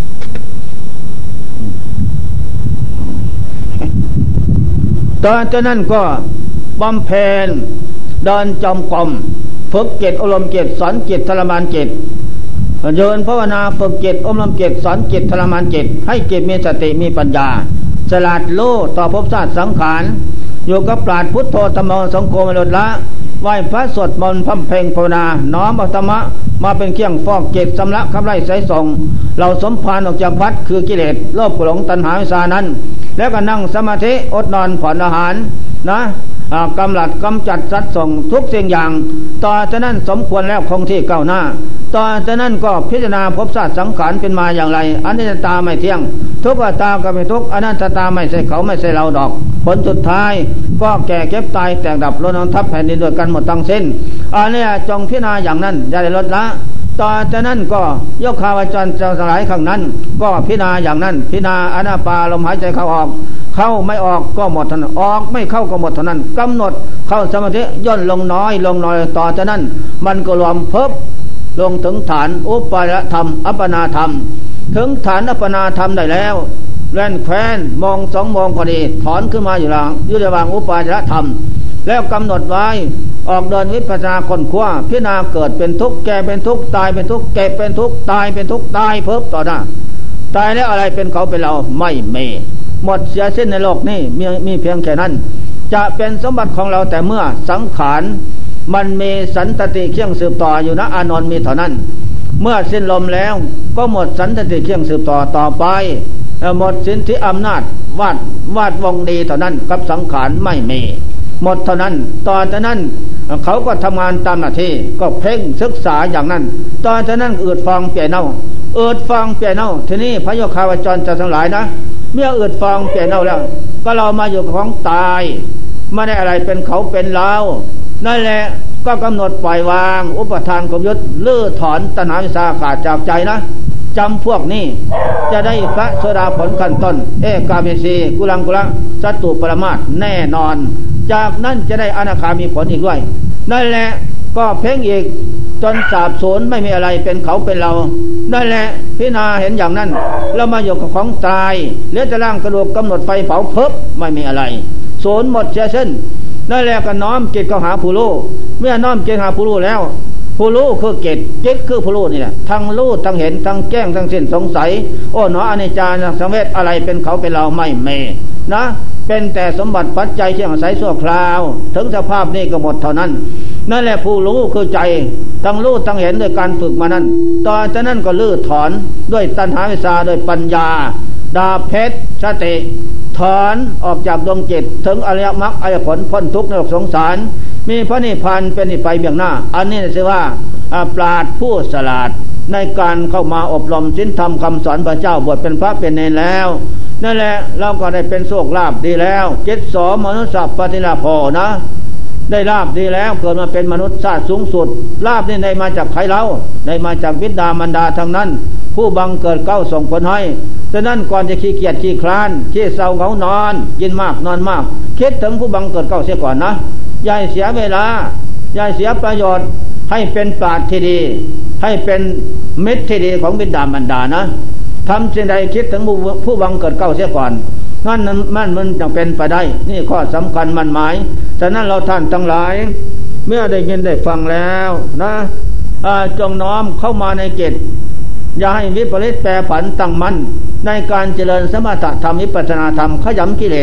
ตอนนั้นก็บำเพ็ญเดินจอมกรมฝึกจิตอบรมจิตสอนจิตทรมานจิตเดินภาวนาฝึกจิตอบรมจิตสอนจิตทรมานจิตให้จิตมีสติมีปัญญาฉลาดรู้ต่อภพชาติสังขารอยู่กับปราชญ์พุทโธธัมโมสังโฆไม่ลดละไหว้พระสวดมนต์พัฒเพ็งภาวนาน้อมเอาธรรมะมาเป็นเครื่องฟอกจิตสำลักขับไล่ไสส่งเราสมภารออกจากวัดคือกิเลสโลภโกรธหลงตัณหาวิชานั้นแล้วก็นั่งสมาธิอดนอนผ่อนอาหารนะกำจัดสัตว์ส่งทุกสิ่งอย่างต่อจากนั้นสมควรแล้วคงที่ก้าวหน้าต่อจากนั้นก็พิจารณาภพชาติสังขารเป็นมาอย่างไรอนิจจตาไม่เที่ยงทุกขตาก็ไม่ทุกอนัตตาไม่ใช่เขาไม่ใช่เราดอกผลสุดท้ายก็แก่เก็บตายแตกดับล้นทับแผ่นดินด้วยกันหมดทั้งสิ้นอันนี้จงพิจารณาอย่างนั้นอย่าได้ลดละต่อจากนั้นก็ยกขาวจรเจ้าทั้งหลายข้างนั้นก็พิจารณาอย่างนั้นพิจารณาอนาปานลมหายใจเข้าออกเข้าไม่ออกก็หมดเท่านั้นออกไม่เข้าก็หมดเท่านั้นกำหนดเข้าสมาธิย่นลงน้อยต่อจากนั้นมันก็รวมเพิ่มลงถึงฐานอุปาธรรมอัปปนาธรรมถึงฐานอัปปนาธรรมได้แล้วแล่นแคว้นมอง2 มองพอดีถอนขึ้นมาอยู่ระหว่างอุปาจารธรรมแล้วกำหนดไว้ออกเดินวิปัสสนาค้นคว้าพิจารณาเกิดเป็นทุกข์แก่เป็นทุกข์ตายเป็นทุกข์เก็บเป็นทุกข์ตายเป็นทุกข์ตายเพิ่มต่อหน้าตายแล้วอะไรเป็นเขาเป็นเราไม่มีหมดเสียสิ้นในโลกนี้มีเพียงแค่นั้นจะเป็นสมบัติของเราแต่เมื่อสังขารมันมีสันตติเครื่องสืบต่ออยู่นะอานนท์มีเท่านั้นเมื่อสิ้นลมแล้วก็หมดสันตติเครื่องสืบต่อไปหมดสิทธิอำนาจวาดวงดีเท่านั้นกับสังขารไม่มีหมดเท่านั้นต่อจากนั้นเขาก็ทำงานตามหน้าที่ก็เพ่งศึกษาอย่างนั้นต่อจากนั้นอืดฟองเปียเน่าทีนี้พระโยคาวจรจะทั้งหลายนะเมื่ออืดฟองเปียเน่าแล้วก็เรามาอยู่กับของตายไม่ได้อะไรเป็นเขาเป็นเรานั่นแหละก็กำหนดปล่อยวางอุปทานกบยึดลื้อถอนตัณหาวิชาขาดจากใจนะจำพวกนี้จะได้พระโสดาผลขั้นต้นเอกาเมสีกุลังกุละสัตตุปรมาสแน่นอนจากนั้นจะได้อนาคามีผลอีกด้วยนั่นแหละก็เพ่งอีกจนสาบสูญไม่มีอะไรเป็นเขาเป็นเรานั่นแหละพิจารณาเห็นอย่างนั้นเรามาอยู่กับของตายเหลือแต่ร่างกระดูกกำหนดไฟเผาเพิบไม่มีอะไรสูญหมดเสียสิ้นนั่นแหละก็น้อมจิตเข้าหาผู้รู้เมื่อน้อมจิตหาผู้รู้แล้วผู้รู้คือจิตคือผู้รู้นี่แหละทั้งรู้ทั้งเห็นทั้งแจ้งทั้งสิ้นสงสัยโอ้หนออนิจจาสังเวชอะไรเป็นเขาเป็นเราไม่มีนะเป็นแต่สมบัติปัจจัยที่อาศัยชั่วคราวถึงสภาพนี้ก็หมดเท่านั้นนั่นแหละผู้รู้คือใจทั้งรู้ทั้งเห็นด้วยการฝึกมานั้นต่อจากนั้นก็ลื้อถอนด้วยตัณหาวิชาด้วยปัญญาดาเพชรสติถอนออกจากดวงจิตถึงอริยมรรคอริยผลพ้นทุกข์ในโลกสงสารมีพระนิพพานเป็นไปเบื้องหน้าอันนี้ชื่อว่าปราชญ์ผู้ฉลาดในการเข้ามาอบรมศีลธรรมคำสอนพระเจ้าบวชเป็นพระเป็นเณรแล้วนั่นแหละเราก็ได้เป็นโชคลาภดีแล้วจิตสมนุษย์สัพปฏิลาภนะได้ลาภดีแล้วเกิดมาเป็นมนุษย์ชาติสูงสุดลาภนี่ได้มาจากใครเล่าได้มาจากบิดามารดาทั้งนั้นผู้บังเกิดเก้าส่งผลให้ฉะนั้นก่อนจะขี้เกียจขี้คลานขี้เศร้าเหงานอนกินมากนอนมากคิดถึงผู้บังเกิดเก้าเสียก่อนนะอย่าเสียเวลาอย่าเสียประโยชน์ให้เป็นปราชญ์ที่ดีให้เป็นมิตรที่ดีของบิดามารดานะทำสิ่งใดคิดถึงผู้บังเกิดเก้าเสียก่อนนั่นมันจะเป็นไปได้นี่ข้อสำคัญมันหมายฉะนั้นเราท่านทั้งหลายเมื่อได้ยินได้ฟังแล้วนะจงน้อมเข้ามาในจิตอย่าให้วิปริตแปรผันตั้งมั่นในการเจริญสมถะธรรมวิปัสสนาธรรมขยำกิเลส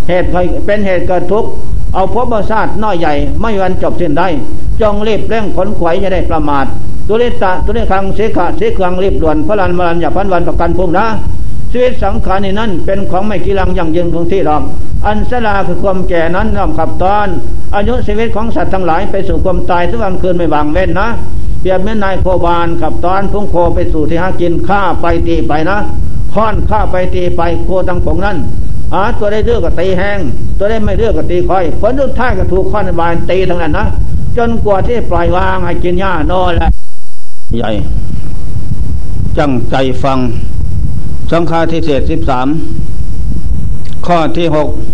เหตุเป็นเหตุเกิดทุกข์เอาภพชาติน้อยใหญ่ไม่มีวันจบสิ้นได้จงรีบเร่งขนขวายอย่าได้ประมาทตุลิตะตุลิคังเสขะเสขังรีบด่วนพลันมรันอย่าพันวันประกันพุ่งนะชีวิตสังขารนี่นั่นเป็นของไม่กีรังยั่งยืนคงที่หรอกอันสลาคือความแก่นั้นย่อมขับตอนอายุชีวิตของสัตว์ทั้งหลายไปสู่ความตายทุกวันคืนไม่วางเว้นนะเปรียบเหมือนนายโคบาลขับตอนพุ่งโคไปสู่ที่หากินฆ่าไปตีไปนะค้อนฆ่าไปตีไปโคตั้งผงนั้นตัวได้เลือกก็ตีแห้งตัวได้ไม่เลือกก็ตีคอยผลสุดท้ายก็ถูกค้อนบานตีทั้งนั้นนะจนกว่าที่ปล่อยวางให้กินหญ้านอนแล้วใหญ่จังใจฟังสังฆาทิเศษ13ข้อที่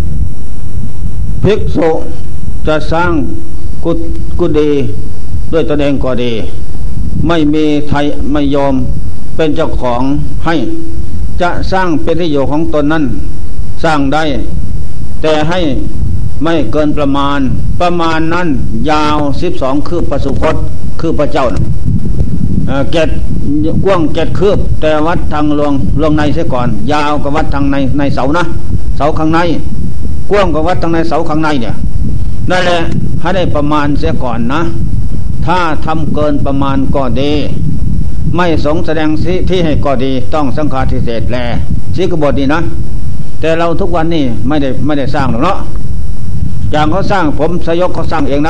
6ภิกษุจะสร้างกุฏิด้วยตนเองก็ดีไม่มีไทยไม่ยอมเป็นเจ้าของให้จะสร้างเป็นที่อยู่ของตนนั้นสร้างได้แต่ให้ไม่เกินประมาณนั้นยาว12คืบประสุคตคือพระเจ้านะเกตกว้าง7คืบแต่วัดทางลวงในเสียก่อนยาวกับวัดทางในเสานะเสาข้างในกว้างกับวัดทางในเสาข้างในเนี่ยนั่นแหละให้ได้ประมาณเสียก่อนนะถ้าทำเกินประมาณก็ดีไม่สงแสดงสิที่ให้ก็ดีต้องสังฆาทิเศษแลสิกบฏนี่นะแต่เราทุกวันนี้ไม่ได้สร้างหรอกเนาะอย่างเขาสร้างผมสยกเขาสร้างเองนะ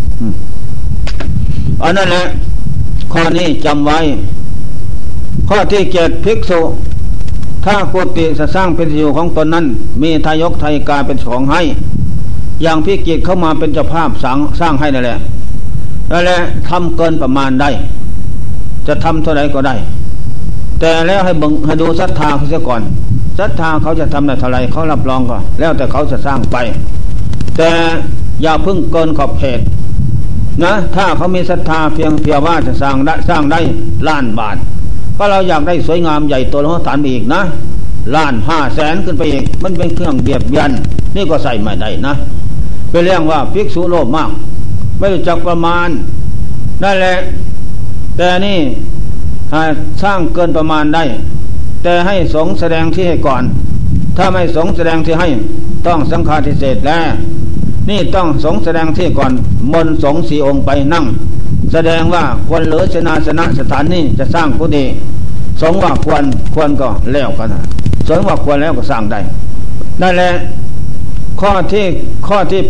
อันนั้นแหละข้อนี้จำไว้ข้อที่7ภิกษุถ้ากุฏิจะสร้างเป็นที่อยู่ของตนนั้นมีทายกทายิกาเป็นของให้อย่างพิจิตเข้ามาเป็นเจ้าภาพสร้างให้นั่นแหละทำเกินประมาณได้จะทำเท่าไหร่ก็ได้แต่แล้วให้ดูศรัทธาเขาเสียก่อนศรัทธาเขาจะทำได้เท่าไหร่เขารับรองก็แล้วแต่เขาจะสร้างไปแต่อย่าพึ่งเกินขอบเขตนะถ้าเขามีศรัทธาเพียงว่าจะสร้างได้ล้านบาทก็เราอยากได้สวยงามใหญ่โตแล้วฐานอีกนะ1,500,000ขึ้นไปอีกมันเป็นเครื่องเบียดเบียนนี่ก็ใส่ไม่ได้นะเป็นเรื่องว่าภิกษุโลภมากไม่รู้จักประมาณนั่นแหละแต่นี่สร้างเกินประมาณได้แต่ให้สงฆ์แสดงที่ให้ก่อนถ้าไม่สงฆ์แสดงที่ให้ต้องสังฆาทิเศษแล้วนี่ต้องสงฆ์แสดงที่ก่อนมนต์สงฆ์4 องค์ไปนั่งแสดงว่าควรเหลือชนะสถานนี้จะสร้างกุฏิสงฆ์ว่าควรก็แล้วกันสงฆ์ว่าควรแล้วก็สร้างได้นั่นแหละข้อที่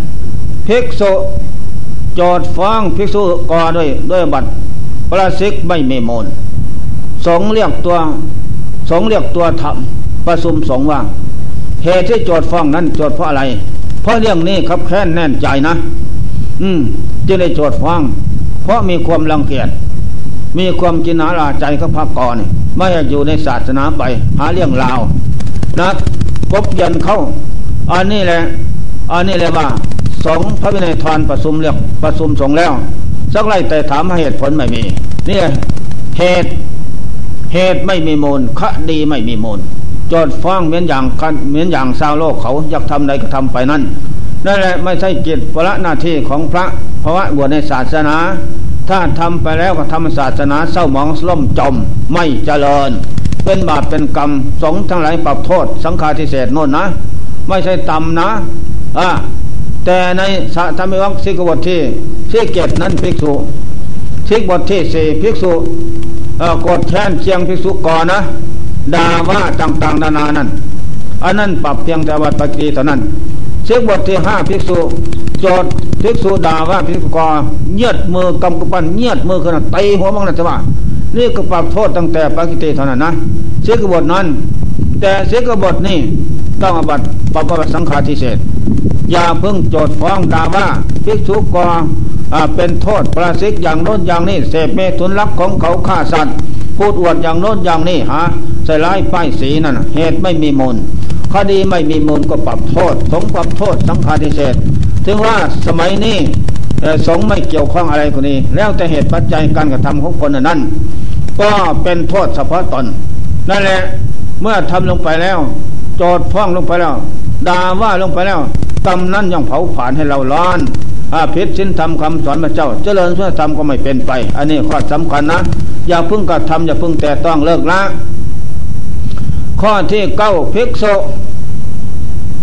8ภิกษุโจทย์ฟ้องภิกษุก่อด้วยบัตรปราชิกไม่มีมูลสงฆ์เรียกตัวธรรมประชุมสงฆ์ว่าเหตุที่โจทย์ฟ้องนั้นโจทย์เพราะอะไรเพราะเรื่องนี้ครับแค้นแน่นใจนะจึงได้โจทย์ฟ้องเพราะมีความรังเกียจมีความกินหาลาใจกับพระกรไม่อยากอยู่ในศาสนาไปหาเรื่องราวนะกบยันเข้าอันนี้แหละว่าสงฆ์พระวินัยทรประชุมสงฆ์แล้วสักไล่แต่ถามเหตุผลไม่มีนี่เหตุไม่มีมูลคดีไม่มีมูลโจทย์ฟ้องเหมือนอย่างชาวโลกเขาอยากทำใดก็ทำไปนั่นแหละไม่ใช่กิจภาระหน้าที่ของพระเพราะว่าบวชในศาสนาถ้าทำไปแล้วก็ทำศาสนาเศร้าหมองล่มจมไม่เจริญเป็นบาปเป็นกรรมสงฆ์ทั้งหลายปรับโทษสังฆาทิเศษโน่นนะไม่ใช่ต่ำนะแต่ในธรรมวิวรรคสิกบทที่7นั้นภิกษุสิกบทที่4ภิกษุโกรธแค้นเคียงภิกษุก่อนนะด่าว่าต่างๆนานานั้นอันนั้นปรับเพียงแต่วัดปฏิเท่านั้นสิกบทที่5ภิกษุโจทย์ภิกษุด่าว่าภิกษุก่อเงียดมือกำกปั้นเงียดมือขึ้นตีหัวมังนั่นใช่ป่ะนี่ก็ปรับโทษตั้งแต่ปฏิเท่านั้นนะสิกบทนั้นแต่สิกบทนี้ต้องอาบัติปรับสังฆาทิเศษอย่าเพิ่งโจทย์ฟ้องด่าว่าภิกษุก่อเป็นโทษประสิกอย่างโน้นอย่างนี้เสพเมถุนลักของเขาฆ่าสัตว์พูดอวดอย่างโน้นอย่างนี้ใส่ร้ายป้ายสีนั่นเหตุไม่มีมูลคดีไม่มีมูลก็ปรับโทษสงฆ์ปรับโทษสังฆาทิเศษถึงว่าสมัยนี้สงฆ์ไม่เกี่ยวข้องอะไรกับนี้แล้วแต่เหตุปัจจัยการกระทำของคนนั้นก็เป็นโทษเฉพาะตนนั่นแหละเมื่อทำลงไปแล้วโจทย์ฟ้องลงไปแล้วด่าว่าลงไปแล้วกรรมนั้นย่อมเผาผลาญให้เราร้อนผิดศีลธรรมคำสอนพระเจ้าเจริญศีลธรรมก็ไม่เป็นไปอันนี้ข้อสำคัญนะอย่าพึ่งกระทำอย่าพึ่งแต่ต้องเลิกละข้อที่9ภิกษุ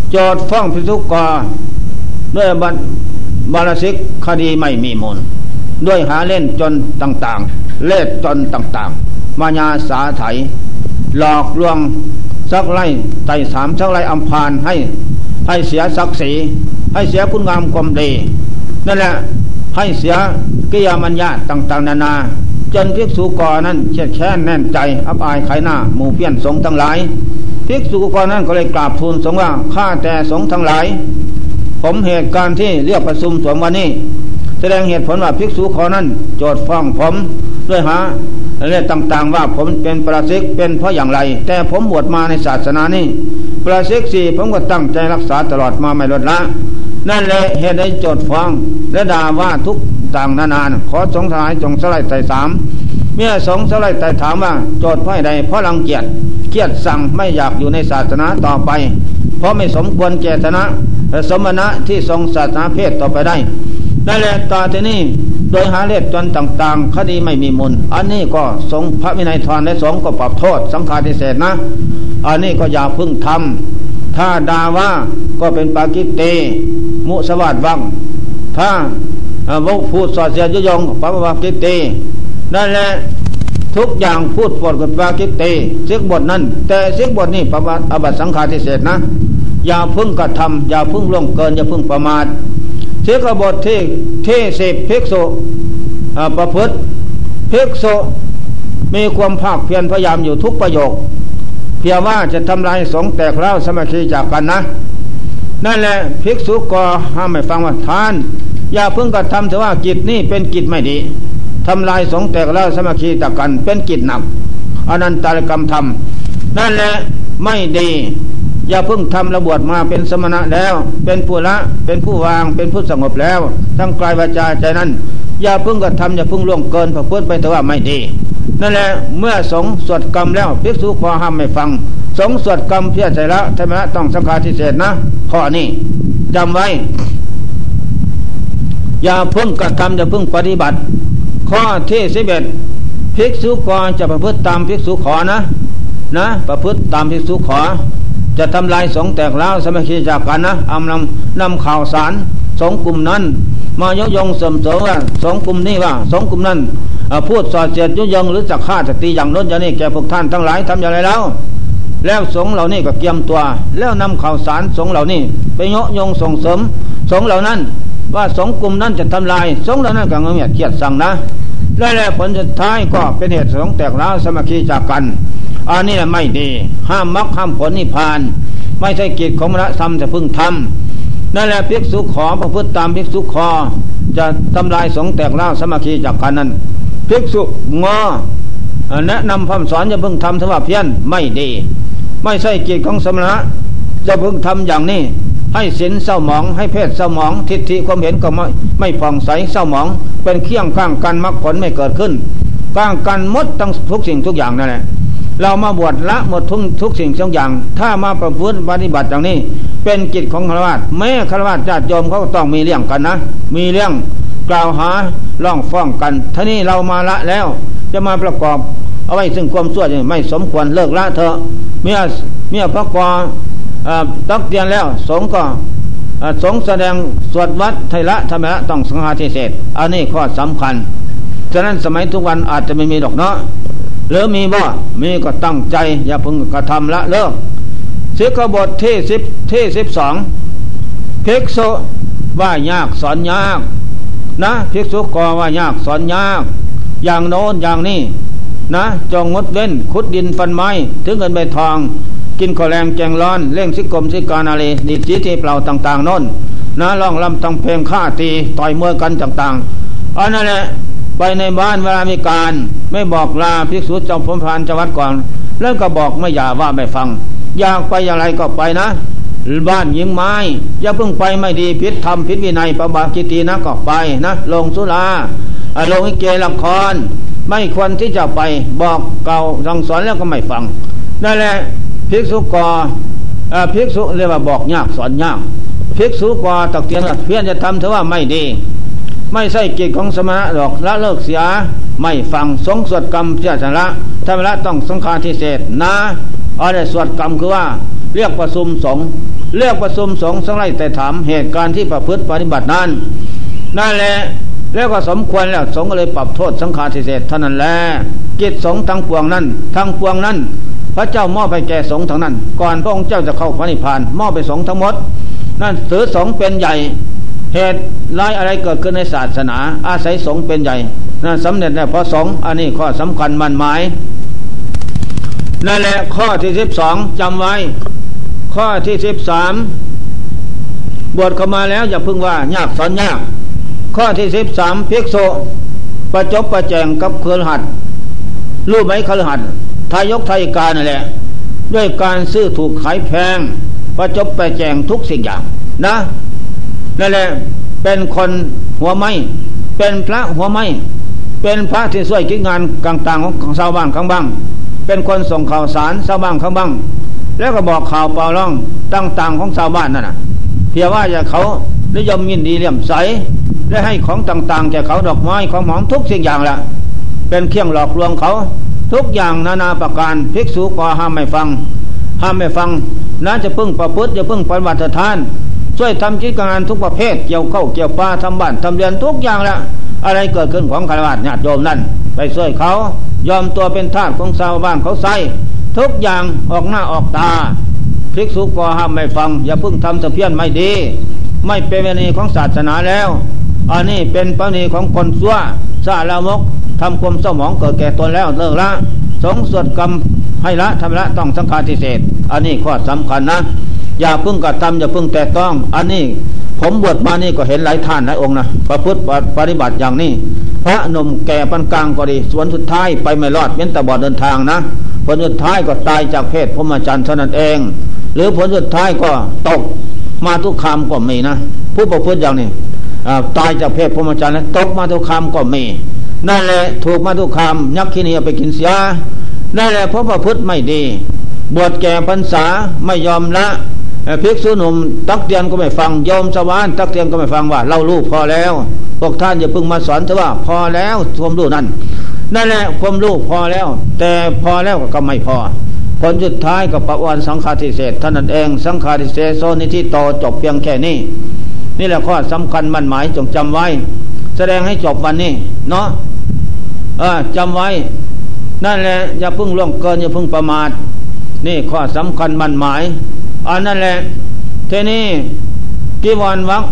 โจทย์ฟ้องภิกษุกรด้วยบาลสิกคดีไม่มีมูลด้วยหาเล่นจนต่างๆเล่จนต่างๆมายาสาไถหลอกลวงสักไล่ไต่สามสักไล่อำพรให้เสียศักดิ์ศรีให้เสียคุณงามความดีนั่นแหละให้เสียกิยามัญญาต่างๆนานาจนภิกษุกรนั้นเช็ดแค้นแน่นใจอับอายขายหน้าหมู่เพี้ยนสงฆ์ทั้งหลายภิกษุกรนั้นก็เลยกราบทูลสงฆ์ว่าข้าแต่สงฆ์ทั้งหลายผมเหตุการณ์ที่เรียกประชุมสงฆ์วันนี้แสดงเหตุผลว่าภิกษุกรนั้นโจทย์ฟ้องผมด้วยหาเรื่องต่างๆว่าผมเป็นปราชิกเป็นเพราะอย่างไรแต่ผมบวชมาในศาสนานี้ปราชิกสี่ผมก็ตั้งใจรักษาตลอดมาไม่ลดละนั่นแหละเหตุได้โจทย์ฟ้องและด่าว่าทุกต่างนานาขอสงฆ์ทั้งหลายจงสลายไต่สามเมื่อสงฆ์สลายไต่ถามว่าโจทย์เพราะใดเพราะรังเกียจเครียดสั่งไม่อยากอยู่ในศาสนาต่อไปเพราะไม่สมควรแก่ฐานะสมณะที่ทรงศาสนาเพศต่อไปได้นั่นแหละต่อที่นี่โดยหาเลสจนต่างๆคดีไม่มีมูลอันนี้ก็สงฆ์พระวินัยทรและสงฆ์ก็ปรับโทษสังฆาทิเศษนะอันนี้ก็อย่าพึ่งทำถ้าด่าว่าก็เป็นปากิเตมุสวาทวังถ้าวกพูดสอดเสียยุยงปปากิเตนั่นแหละทุกอย่างพูดปดกับปากิเตเสียบทนั้นแต่เสียบทนี้ประมาทอบัตสังฆาทิเศษนะอย่าพึ่งกระทำอย่าพึ่งล่วงเกินอย่าพึ่งประมาทเสียบทที่10ภิกษุประพฤติภิกษุมีความภาคเพียรพยายามอยู่ทุกประโยคเพียงว่าจะทำลายสงฆ์แตกเล่าสามัคคีจากกันนะนั่นแหละภิกษุก็ห้ามไม่ฟังว่าท่านอย่าเพิ่งกระทำแต่ว่ากิจนี่เป็นกิจไม่ดีทำลายสงฆ์แตกเล่าสามัคคีจากกันเป็นกิจหนักอนันตรกรรมธรรมนั่นแหละไม่ดีอย่าเพิ่งทำระบวชมาเป็นสมณะแล้วเป็นผู้ละเป็นผู้วางเป็นผู้สงบแล้วทั้งกายวาจาใจนั้นอย่าเพิ่งกระทำอย่าเพิ่งล่วงเกินประพฤติไปแต่ว่าไม่ดีนั่นแหละเมื่อสงฆ์สวดกรรมแล้วภิกษุขอห้ามไม่ฟังสงฆ์สวดกรรมเพียรใจละธรรมะต้องสังฆาทิเศษนะข้อนี้จำไว้อย่าเพิ่งกระทำอย่าเพิ่งปฏิบัติข้อที่11ภิกษุกรจะประพฤติตามภิกษุขอนะประพฤติตามภิกษุขอจะทำลายสงฆ์แตกแล้วสามัคคีจากกันนะนำข่าวสารสงฆ์กลุ่มนั้นมายกยงเสริมว่าสงฆ์กลุ่มนี้ว่าสงฆ์กลุ่มนั้นพูดสอดเสียดยุยงหรือจะฆ่าจะตีอย่างน้นอย่างนี้แก่พวกท่านทั้งหลายทำอย่างไรแล้วสงฆ์เหล่านี้ก็เกียมตัวแล้วนำข่าวสารสงฆ์เหล่านี้ไปยกยงส่งเสริมสงฆ์เหล่านั้นว่าสงฆ์กลุ่มนั้นจะทำลายสงฆ์เหล่านั้นก็เงียบเกียดสั่งนะแล้วผลสุดท้ายก็เป็นเหตุสงฆ์แตกร้าวสามัคคีจากกันอันนี้ไม่ดีห้ามมรรคห้ามผลนิพพานไม่ใช่กิจของมนุษย์ทำจะพึงทำนั่นแหละภิกษุขอประพฤติตามภิกษุขอจะทำลายสงฆ์แตกร้าวสามัคคีจากกันนั้นภิกษุงอแนะนำคำสอนจะพึงทำสำหรับเพี้ยนไม่ดีไม่ใช่กิจของสมณะจะพึงทำอย่างนี้ให้ศีลเศร้าหมองให้เพศเศร้าหมองทิฏฐิความเห็นก็ไม่ผ่องใสเศร้าหมองเป็นเคี่ยงข้างกันมรรคผลไม่เกิดขึ้นข้างกันหมดทั้งทุกสิ่งทุกอย่างนั่นแหละเรามาบวชละหมดทุกสิ่งทุกอย่างถ้ามาประพฤติปฏิบัติอย่างนี้เป็นกิจของฆราวาสแม้ฆราวาสญาติโยมเขาก็ต้องมีเรื่องกันนะมีเรื่องกล่าวหาร้องฟ้องกันท่านี้เรามาละแล้วจะมาประกอบเอาไว้ซึ่งความชั่วไม่สมควรเลิกละเถอะเมื่อพระกรตักเตียนแล้วสงฆ์ก็สงฆ์แสดงสวดวัดไทยละธรรมะต้องสังฆาทิเศษอันนี้ข้อสำคัญฉะนั้นสมัยทุกวันอาจจะไม่มีดอกเนาะหรือมีบ่มีก็ตั้งใจอย่าพึงกระทำละเลิกสิกขาบทที่12ภิกษุว่ายากสอนยากนะภิกษุกว่ายากสอนยากอย่างโน้นอย่างนี้นะจงงดเว้นขุดดินฟันไม้ถึงเงินใบทองกินข้าวแรงแกงร้อนเล่งสิกรมสิกานาลีดีจีที่เปล่าต่างๆโน้นนะร้องลำตั้งเพลงฆ่าตีต่อยมวยกันต่างๆอันนั้นแหละไปในบ้านเวลามีการไม่บอกลาภิกษุจอมพรหมพานจังหวัดก่อนแล้วก็บอกไม่อย่าว่าไม่ฟังอยากไปอย่างไรก็ไปนะบ้านยิงไม้อย่าเพิ่งไปไม่ดีผิดธรรมผิดวินัยปบากิตีนะก็ไปนะลงสุราลงเกละครไม่ควรที่จะไปบอกเก่าสั่งสอนแล้วก็ไม่ฟังนั่นแหละภิกษุกภิกษุเรียกว่าบอกยากสอนยากภิกษุกตักเตือนเพี้ยนจะทำถือว่าไม่ดีไม่ใช่กิจของสมณะหรอกละเลิกเสียไม่ฟังสงสวดกรรมเสียสละธรรมะต้องสังฆาทิเศษนะอะไรสวดกรรมคือว่าเรียกประชุมสงฆ์เรียกประชุมสงฆ์สังไล่แต่ถามเหตุการณ์ที่ประพฤติปฏิบัตินั้นนั่นแหละแล้วก็สมควรแล้วสงฆ์ก็เลยปรับโทษสังฆาทิเศษเท่านั้นแหละกิจสงฆ์ทั้งปวงนั้นพระเจ้ามอบไปแก่สงฆ์ทั้งนั้นก่อนพระองค์เจ้าจะเข้าพระนิพพานมอบไปสงฆ์ทั้งหมดนั่นถือสงฆ์เป็นใหญ่เหตุร้ายอะไรเกิดขึ้นในศาสนาอาศัยสงฆ์เป็นใหญ่นั่นสำเร็จแล้วเพราะสงฆ์อันนี้ข้อสำคัญมั่นหมายนั่นแหละข้อที่12จำไว้ข้อที่13บวชเข้ามาแล้วอย่าพึ่งว่ายากสอนยากข้อที่13ภิกษุประจบประแจงกับเครือขัดรู้ไหมเครือขัดทายกทายิกานั่นแหละด้วยการซื้อถูกขายแพงประจบประแจงทุกสิ่งอย่างนะนั่นแหละเป็นคนหัวไม้เป็นพระหัวไม้เป็นพระที่ช่วยกิจงานต่างๆของชาวบ้านข้างบ้างเป็นคนส่งข่าวสารชาวบ้านข้างบ้างแล้วก็บอกข่าวเปล่าล่องต่างๆของชาวบ้านนั่นน่ะเพียงว่าอย่าเขานิยมยินดีเลี่ยมใสและให้ของต่างๆแก่เขาดอกไม้ของหอมทุกสิ่งอย่างละเป็นเครื่องหลอกลวงเขาทุกอย่างนานาประการภิกษุก็ห้ามไม่ฟังน่าจะพึ่งประพฤติจะพึ่งปฏิบัติทานช่วยทำกิจการทุกประเภทเกี่ยวเข้าเกี่ยวปลาทำบ้านทำเรือนทุกอย่างละอะไรเกิดขึ้นของฆราวาสญาติโยมนั่นไปช่วยเขายอมตัวเป็นทาสของชาวบ้านเขาใส่ทุกอย่างออกหน้าออกตาภิกษุก็ห้ามไม่ฟังอย่าพึ่งทำเสพียนไม่ดีไม่เป็นประเพณีของศาสนาแล้วอันนี้เป็นประเพณีของคนชั่วซาลามกทำความเศร้าหมองเกิดแก่ตนแล้วเลิกละสงสวดกรรมให้ละทำละต้องสังฆาทิเศษอันนี้ข้อสำคัญนะอย่าพึ่งกระทำอย่าพึ่งแต่ต้องอันนี้ผมบวชมานี่ก็เห็นหลายท่านหลายองค์นะประพฤติปฏิบัติอย่างนี้พระหนุ่มแก่ปานกลางก็ดีส่วนสุดท้ายไปไม่รอดเว้นแต่บอดเดินทางนะผลสุดท้ายก็ตายจากเพศพรหมจรรย์เท่านั้นเองหรือผลสุดท้ายก็ตกมาทุกขามก็มีนะผู้ประพฤติอย่างนี้ตายจากเพศพรหมจรรย์แล้วตกมาทุกขามก็มีนั่นแหละถูกมาทุกขามยักษ์ขี้เหนียวไปกินเสียนั่นแหละเพราะประพฤติไม่ดีบวชแก่พรรษาไม่ยอมละภิกษุหนุ่มตักเตือนก็ไม่ฟังโยมสวานตักเตือนก็ไม่ฟังว่าเรารู้พอแล้วพวกท่านอย่าเพิ่งมาสอนเถอะว่าพอแล้วความรู้นั่นแหละความรู้พอแล้วแต่พอแล้วก็ไม่พอผลสุดท้ายก็ปะวันสังฆาทิเศษเท่านั้นเองสังฆาทิเศษโซนิธิโตจบเพียงแค่นี้นี่แหละข้อสำคัญมั่นหมายจงจำไว้แสดงให้จบวันนี้เนาะจำไว้นั่นแหละอย่าเพิ่งล่วงเกินอย่าเพิ่งประมาทนี่ข้อสำคัญมั่นหมายอันนั่นแหละทีนี้กีวรวรรค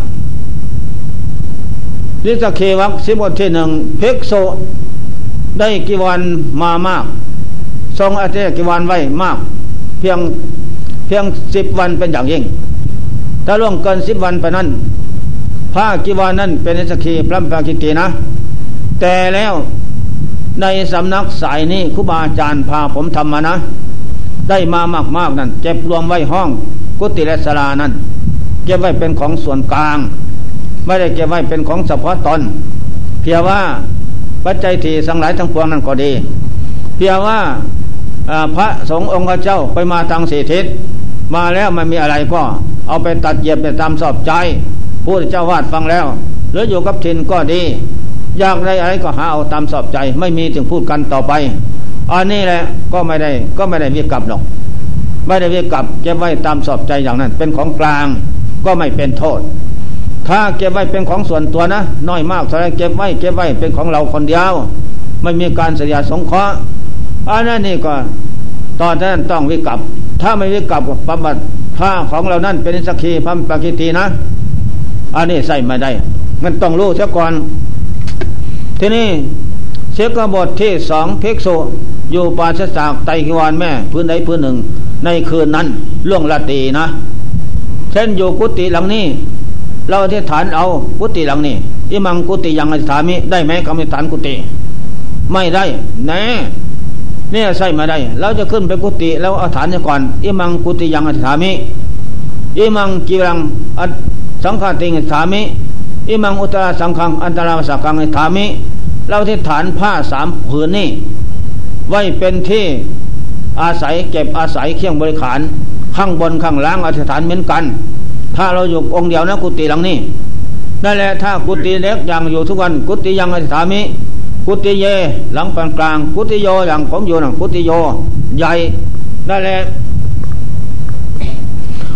ลิสเควรรค10 บทที่ 1ภิกษุได้กีวรมามากทรงอาเทกีวรไว้มากเพียง10 วันเป็นอย่างยิ่งถ้าล่วงเกิน10 วันไปนั้นผ้ากีวรนั้นเป็นลิสเคพระปากิตีนะแต่แล้วในสำนักสายนี้ครูบาอาจารย์พาผมทำมานะได้มามากนั่นเก็บรวมไว้ห้องกุฏิและศาลานั้นเก็บไว้เป็นของส่วนกลางไม่ได้เก็บไว้เป็นของเฉพาะตนเพียงว่าปัจจัยที่ทั้งหลายทั้งปวงนั้นก็ดีเพียงว่าพระสงฆ์องค์เจ้าไปมาทาง4 ทิศมาแล้วไม่มีอะไรก็เอาไปตัดเย็บไปตามชอบใจผู้เจ้าวาดฟังแล้วหรืออยู่กับถิ่นก็ดีอยากได้อะไรก็หาเอาตามชอบใจไม่มีถึงพูดกันต่อไปอันนี้แหละก็ไม่ได้วิกลับหรอกไม่ได้วิกลับเก็บไว้ตามชอบใจอย่างนั้นเป็นของกลางก็ไม่เป็นโทษถ้าเก็บไว้เป็นของส่วนตัวนะน้อยมากเท่าไรเก็บไว้เป็นของเราคนเดียวไม่มีการเสียสงเคราะห์อันนั้นนี่ก็ตอนนั้นต้องวิกลับถ้าไม่วิกลับปฏิบัติผ้าของเรานั้นเป็นสักขีพรรมปกิตีนะอันนี้ใส่ไม่ได้มันต้องรู้เสียก่อนทีนี้เสกบทที่ 2ภิกษุอยู่ปราศจากไตรกีวรแม่พื้นใดพื้นหนึ่งในคืนนั้นล่วงราตรีนะเช่นอยู่กุฏิหลังนี้เราอธิษฐานเอากุฏิหลังนี้อิมังกุฏิยังอธิษฐามิได้ไหมคำอธิษฐานกุฏิไม่ได้แน่เนี่ยใช่มาได้เราจะขึ้นไปกุฏิแล้วอธิษฐานก่อนอิมังกุฏิยังอธิษฐามิอิมังกีรังสังฆาติงอธิษฐามิอิมังอุตระสังฆังอันตราวสักขังอธิษฐามิเราอธิษฐานผ้า3 ผืนนี้ไว้เป็นที่อาศัยเก็บอาศัยเครื่องบริขารข้างบนข้างล่างอธิษฐานเหมือนกันถ้าเราอยู่องค์เดียวนะกุฏิหลังนี้นั่นแหละถ้ากุฏิเล็กอย่างอยู่ทุกวันกุฏิยังอธิษฐามิกุฏิเยหลังปานกลางกุฏิโยอย่างผมอยู่นั่นกุฏิโยใหญ่นั่นแหละ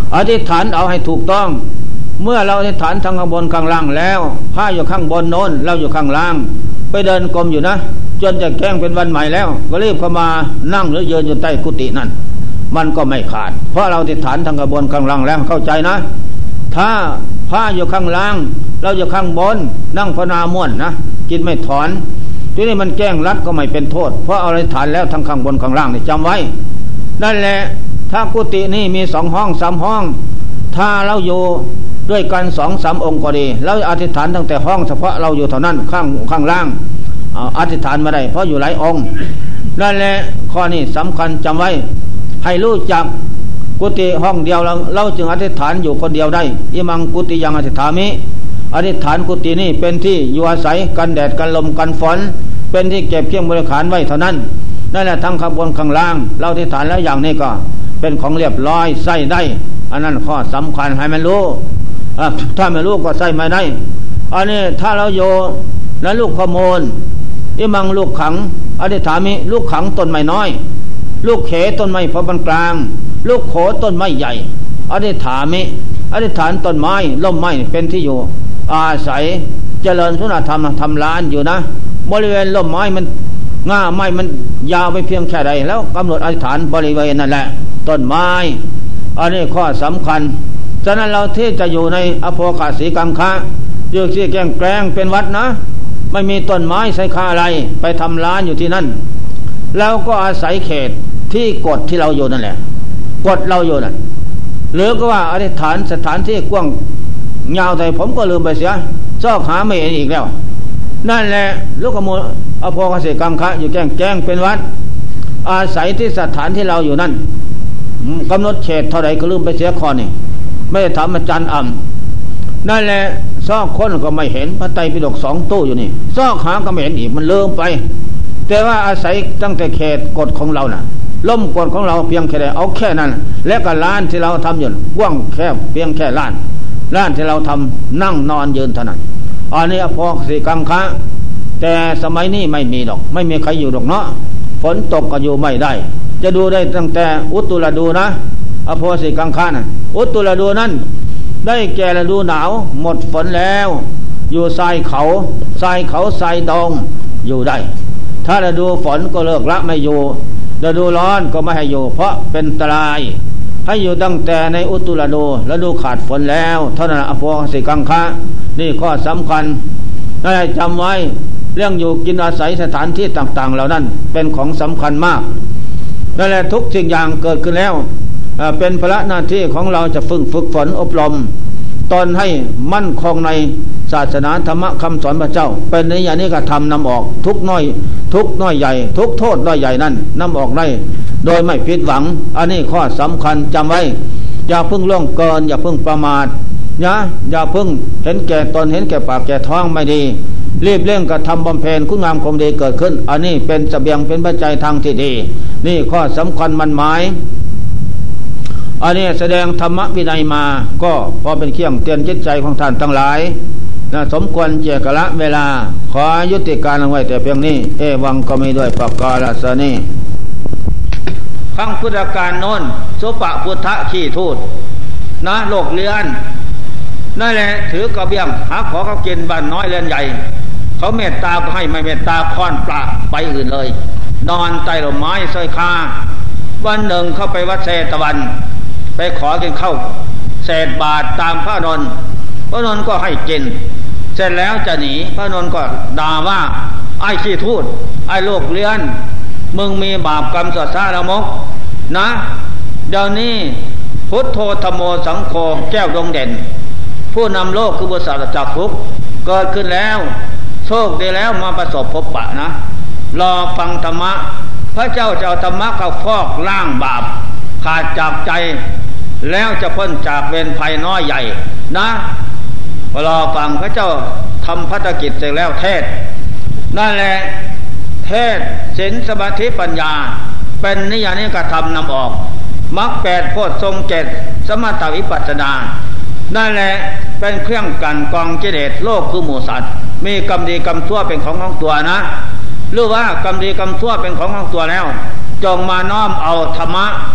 อธิษฐานเอาให้ถูกต้องเมื่อเราอธิษฐานทั้งข้างบนข้างล่างแล้วพระอยู่ข้างบนโน้นเราอยู่ข้างล่างไปเดินกรมอยู่นะจนจะแกล้งเป็นวันใหม่แล้วก็รีบเข้ามานั่งหรือยืนอยู่ใต้กุฏินั่นมันก็ไม่ขาดเพราะเราอธิษฐานทั้งข้างบนข้างล่างแล้วเข้าใจนะถ้าพระอยู่ข้างล่างเราอยู่ข้างบนนั่งภาวนาม่วนนะจิตไม่ถอนทีนี้มันแกล้งรัดก็ไม่เป็นโทษเพราะเอาอธิษฐานแล้วทั้งข้างบนข้างล่างนี่จำไว้นั่นแหละถ้ากุฏินี่มี2 ห้อง 3 ห้องถ้าเราอยู่ด้วยกัน2-3 องค์ก็ดีแล้วอธิษฐานตั้งแต่ห้องเฉพาะเราอยู่เท่านั้นข้างล่างอธิษฐานมาได้เพราะอยู่หลายองค์นั่นแหละข้อนี้สำคัญจำไว้ให้รู้จักกุฏิห้องเดียวเราจึงอธิษฐานอยู่คนเดียวได้อิมังกุฏิยังอธิษฐามิอธิษฐานกุฏินี่เป็นที่อยู่อาศัยกันแดดกันลมกันฝนเป็นที่เก็บเครื่องบริขารไว้เท่านั้นนั่นแหละทั้งข้างบนข้างล่างเราอธิษฐานแล้วอย่างนี้ก็เป็นของเรียบร้อยใส่ได้อันนั้นข้อสำคัญให้มันรู้ถ้าไม่รู้ก็ใส่ไม่ได้อันนี้ถ้าเราโยแล้วลูกขโมยอิมังลูกขังอธิษฐามิลูกขังต้นไม้น้อยลูกเขต้นไม้พอปานกลางลูกโขต้นไม้ใหญ่อธิษฐามิอธิษฐานต้นไม้ล่มไม้เป็นที่อยู่อาศัยเจริญสุนธรรมทำลานอยู่นะบริเวณล่มไม้มันง่าไม้มันยาวไปเพียงแค่ใดแล้วกำหนดอธิษฐานบริเวณนั่นแหละต้นไม้อันนี้ข้อสำคัญฉะนั้นเราที่จะอยู่ในอโภคาสีกังคะอยู่ที่แกล้งเป็นวัดนะไม่มีต้นไม้ใส่ค่าอะไรไปทำร้านอยู่ที่นั่นแล้วก็อาศัยเขตที่กฎที่เราอยู่นั่นแหละกฎเราอยู่นั่นหรือก็ว่าอธิษฐานสถานที่กว้างยาวแต่ผมก็ลืมไปเสียซอกหาไม่เห็นอีกแล้วนั่นแหละลูกขโมยอโภคาสีกังคะอยู่แกล้งเป็นวัดอาศัยที่สถานที่เราอยู่นั่นกำหนดเขตเท่าไหร่ก็ลืมไปเสียข้อนี่ไม่ได้ถามอาจารย์นั่นแหละซอกคนก็ไม่เห็นพระไตรปิฎก2 ตู้อยู่นี่ซอกหาก็ไม่เห็นอีกมันลืมไปแต่ว่าอาศัยตั้งแต่เขตกฎของเราน่ะล่มกฎของเราเพียงแค่ใดเอาแค่นั้นและก็ร้านที่เราทำอยู่กว้างแค่เพียงแค่ร้านที่เราทำนั่งนอนยืนเท่านั้นอันนี้อโภคสีกังคะแต่สมัยนี้ไม่มีดอกไม่มีใครอยู่ดอกเนาะฝนตกก็อยู่ไม่ได้จะดูได้ตั้งแต่อุตุฤดูนะอโภคสีกังคะน่ะอุตุฤดูนั้นได้แก่ฤดูหนาวหมดฝนแล้วอยู่ทรายเขาทรายดงอยู่ได้ถ้าฤดูฝนก็เลิกละไม่อยู่ฤดูร้อนก็ไม่ให้อยู่เพราะเป็นอันตรายให้อยู่ตั้งแต่ในอุตุฤดูขาดฝนแล้วเท่านั้นอโภคสีกังคะนี่ข้อสำคัญได้จำไว้เรื่องอยู่กินอาศัยสถานที่ต่างๆเหล่านั้นเป็นของสำคัญมากนั่นแหละทุกสิ่งอย่างเกิดขึ้นแล้วเป็นภาระหน้าที่ของเราจะฝึกฝนอบรมตนให้มั่นคงในศาสนาธรรมคำสอนพระเจ้าเป็นในอย่างนี้ก็ทำนำออกทุกน้อยใหญ่ทุกโทษน้อยใหญ่นั้นนำออกได้โดยไม่ผิดหวังอันนี้ข้อสำคัญจำไว้อย่าพึ่งล่วงเกินอย่าพึ่งประมาทอย่าพึ่งเห็นแก่ตนเห็นแก่ปากแก่ท้องไม่ดีรีบเร่งกระทำบำเพ็ญคุณงามความดีเกิดขึ้นอันนี้เป็นเสบียงเป็นปัจจัยทางที่ดีนี่ข้อสำคัญมันหมายอันนี้แสดงธรรมวินัยมาก็พอเป็นเครื่องเตือนจิตใจของท่านทั้งหลายนะสมควรเจกละเวลาขอยุติการลงไว้แต่เพียงนี้เอวังก็มีด้วยประกาศนี้ขั้งพุทธกาลโน้นสุปะพุทธะขี้ทูตนะโลกเรือนนั่นแหละถือกระเบียงหาขอเขากินบ้านน้อยเรือนใหญ่เขาเมตตาก็ให้ไม่เมตตาค้อนปลาไปอื่นเลยนอนใต้ร่มไม้ซอยคาวันหนึ่งเข้าไปวัดเศตวันไปขอกินข้าวเศษบาทตามพระนนท์ก็ให้กินเสร็จแล้วจะหนีพระนนท์ก็ด่าว่าไอ้ขี้ทูตไอ้โลกเรือนมึงมีบาปกรรมสัตว์ซาละมกนะเดี๋ยวนี้พุทโธธโมสังโฆแก้วดวงเด่นผู้นำโลกคือบุษราจากทุกเกิดขึ้นแล้วโชคดีแล้วมาประสบพบปะนะรอฟังธรรมะพระเจ้าจะเอาธรรมะเข้าฟอกล้างบาปขาดจากใจแล้วจะพ้นจากเวรภัยน้อยใหญ่นะรอฟังพระเจ้าทำภารกิจเสร็จแล้วเทศนั่นแหละเทศศีลสมาธิปัญญาเป็นนิยานิกระทำนำออกมรรค8โพชฌงค์7สมถะวิปัสสนานั่นแหละเป็นเครื่องกันกองกิเลสโลกคือหมู่สัตว์มีกรรมดีกรรมชั่วเป็นของตัวนะหรือว่ากรรมดีกรรมชั่วเป็นของตัวแล้วจงมาน้อมเอาธรรมะ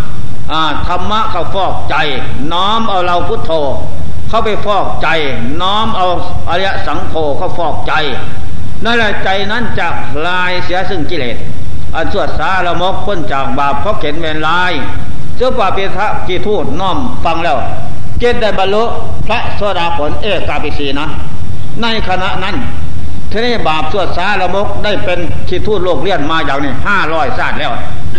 ธรรมะเข้าฟอกใจน้อมเอาเราพุทโธเข้าไปฟอกใจน้อมเอาอริยสังโฆเข้าฟอกใจนั่นแหละใจนั้นจะลายเสียซึ่งกิเลสอันสวดสาละมกพ้นจากบาปเพราะเข็นเวรลายเจ้าป่าเปทะกีทูตน้อมฟังแล้วเจตได้บรรลุพระโสดาผลเอกาภิสีนะในขณะนั้นทีนี้บาปสวดสาละมกได้เป็นกีทูตโลกเลี่ยนมาอย่างนี้500ชาติแล้ว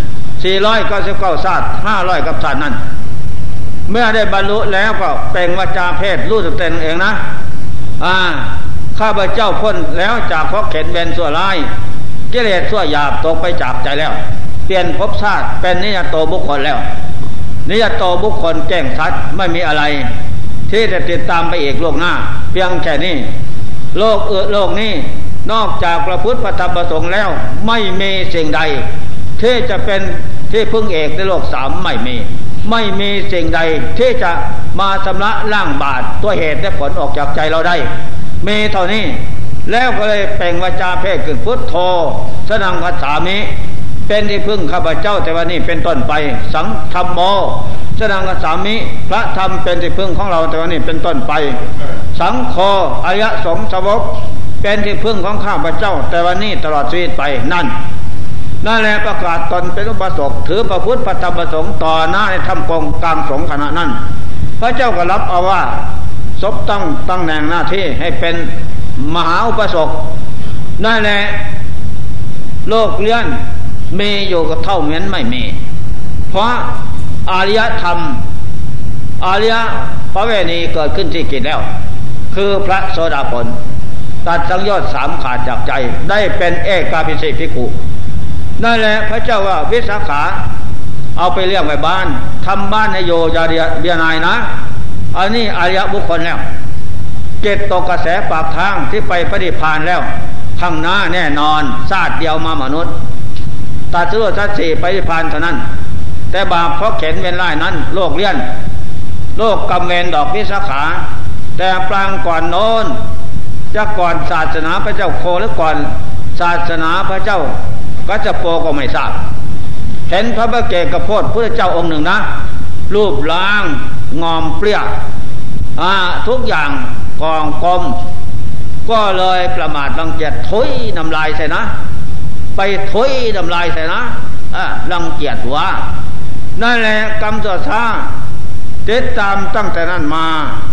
499ชาติ500กับชาตินั้นเมื่อได้บรรลุแล้วก็เปล่งวาจาเพศรู้สึกตนเองนะข้าพเจ้าพ้นแล้วจากเพราะเข็นเวรชั่วร้ายกิเลสชั่วหยาบตกไปจากใจแล้วเปลี่ยนภพชาติเป็นนิยตโตบุคคลแล้วนิยตโตบุคคลแจ้งชัดไม่มีอะไรที่จะติดตามไปอีกโลกหน้าเพียงแค่นี้โลกนี้นอกจากพระพุทธพระธรรมพระสงฆ์แล้วไม่มีสิ่งใดที่จะเป็นที่พึ่งเอกในโลก3ไม่มีสิ่งใดที่จะมาชำระล้างบาปตัวเหตุและผลออกจากใจเราได้มีเท่านี้แล้วก็เลยเปล่งวาจาเพศขึ้นพุทโธสนังคัจฉามิเป็นที่พึ่งข้าพเจ้าแต่วันนี้เป็นต้นไปสังธัมโมสนังคัจฉามิพระธรรมเป็นที่พึ่งของเราแต่วันนี้เป็นต้นไปสังโฆอริยสงฆ์สาวกเป็นที่พึ่งของข้าพเจ้าแต่วันนี้ตลอดชีวิตไปนั่นแหละประกาศตนเป็นอุปสมบทถือพระพุทธพระธรรมพระสงฆ์ต่อหน้าในธรรมกองกลางสงฆ์ขณะนั้นพระเจ้าก็รับเอาว่าศพตั้งแหน่งหน้าที่ให้เป็นมหาอุปสมบทนั่นแหละโลกเลี้ยนมีอยู่กับเท่าเหมือนไม่มีเพราะอริยธรรมอริยพระเวณีเกิดขึ้นที่จิตแล้วคือพระโสดาผลตัดสังโยชน์3ขาดจากใจได้เป็นเอกาภิสิภิกขุนั่นแหละพระเจ้าว่าวิสาขาเอาไปเลี้ยงไว้บ้านทำบ้านให้โยอย่าเบียนายนะอันนี้อริยบุคคลแล้วเกตตกกระแสปากทางที่ไปปฏิพานแล้วข้างหน้าแน่นอนชาติเดียวมามนุษย์ตัดสู้ทัศสีไปปฏิพานเท่านั้นแต่บาปเพราะเข็นเวรไล่นั้นโลกเลี้ยนโลกกำเวรดอกวิสาขาแต่ปรางก่อนโน้นจะก่อนศาสนาพระเจ้าโคหรือก่อนศาสนาพระเจ้ากัจจโปก็ไม่ทราบเห็นพระบเกกโพธิพุทธเจ้าองค์หนึ่งนะรูปร่างงอมเปรี้ยทุกอย่างกองกลมก็เลยประมาทรังเกียจถุยน้ำลายใส่นะไปถุยน้ำลายใส่นะรังเกียจว่านั่นแหละกรรมชั่วช้าติดตามตั้งแต่นั้นมา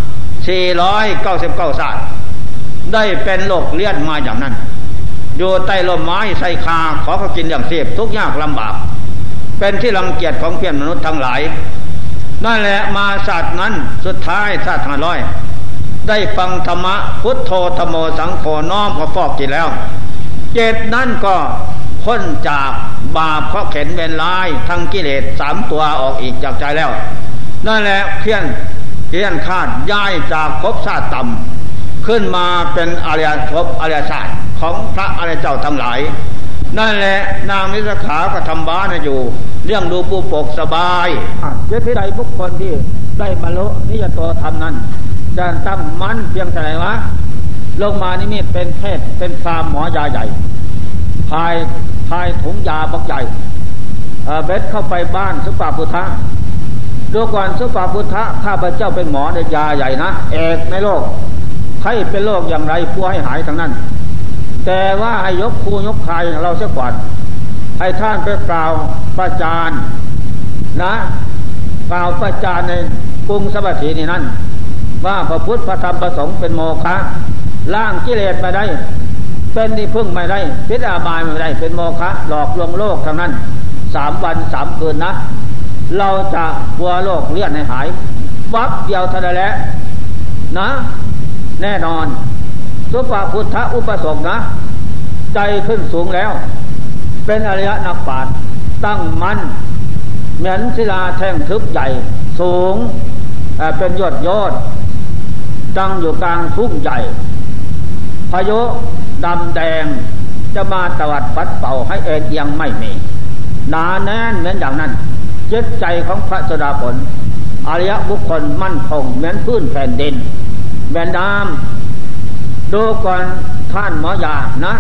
499ชาติได้เป็นโลกเลี้ยนมาอย่างนั้นอยู่ใต้ลมไม้ใส่คาขอเขากินอย่างเสียบทุกยากลำบากเป็นที่รังเกียจของเพื่อนมนุษย์ทั้งหลายนั่นแหละมาศาสตร์นั้นสุดท้ายชาติ500ได้ฟังธรรมะพุทโธธัมโมสังโฆน้อมก็ฟอกจิตแล้วเจตนั้นก็พ้นจากบาปเพราะเข็นเวรร้ายทั้งกิเลส3ตัวออกอีกจากใจแล้วนั่นแหละเพี้ยนคาดย้ายจากภพชาติต่ำขึ้นมาเป็นอริยภพอริยชาติของพระอริยเจ้าทั้งหลายนั่นแหละนางวิสาขาก็ทำบ้านอยู่เรื่องดูปูปกสบายเจตใดบุคคลที่ได้บรรลุนิยตโตธรรมนั้นจะตั้งมั่นเพียงเท่าไหร่วะลงมานี่มีเป็นแพทย์เป็นพรามหมอยาใหญ่พายถุงยาบักใหญ่เบ็ดเข้าไปบ้านสุปาพุทธะดูก่อนสุปาพุทธะข้าพเจ้าเป็นหมอในยาใหญ่นะเอกในโลกใครเป็นโรคอย่างไรผู้ให้หายทั้งนั้นแต่ว่าให้ยกครูยกใครเราเสียก่อนให้ท่านไปกล่าวประจานนะกล่าวประจานในกรุงสวัสดีนี่นั่นว่าพระพุทธพระธรรมพระสงฆ์เป็นโมฆะล้างกิเลสไม่ได้เป็นที่พึ่งไม่ได้พิจารณาไม่ได้เป็นโมฆะหลอกลวงโลกทั้งนั้น3 วัน3 คืนนะเราจะกลัวโลกเลื่อนให้หายวับเดียวเท่านั้นแหละนะแน่นอนสุปาพุทธอุปสมบทนะใจขึ้นสูงแล้วเป็นอริยนักปราชญ์ตั้งมั่นเหมือนศิลาแท่งทึบใหญ่สูงเป็นยอดตั้งอยู่กลางทุ่งใหญ่พายุดำแดงจะมาตวัดปัดเป่าให้เอ็นเอียงไม่มีหนาแน่นเหมือนอย่างนั้นจิตใจของพระโสดาผลอริยบุคคลมั่นคงเหมือนพื้นแผ่นดินแม่น้ำดูก่อนท่านหมอยานะ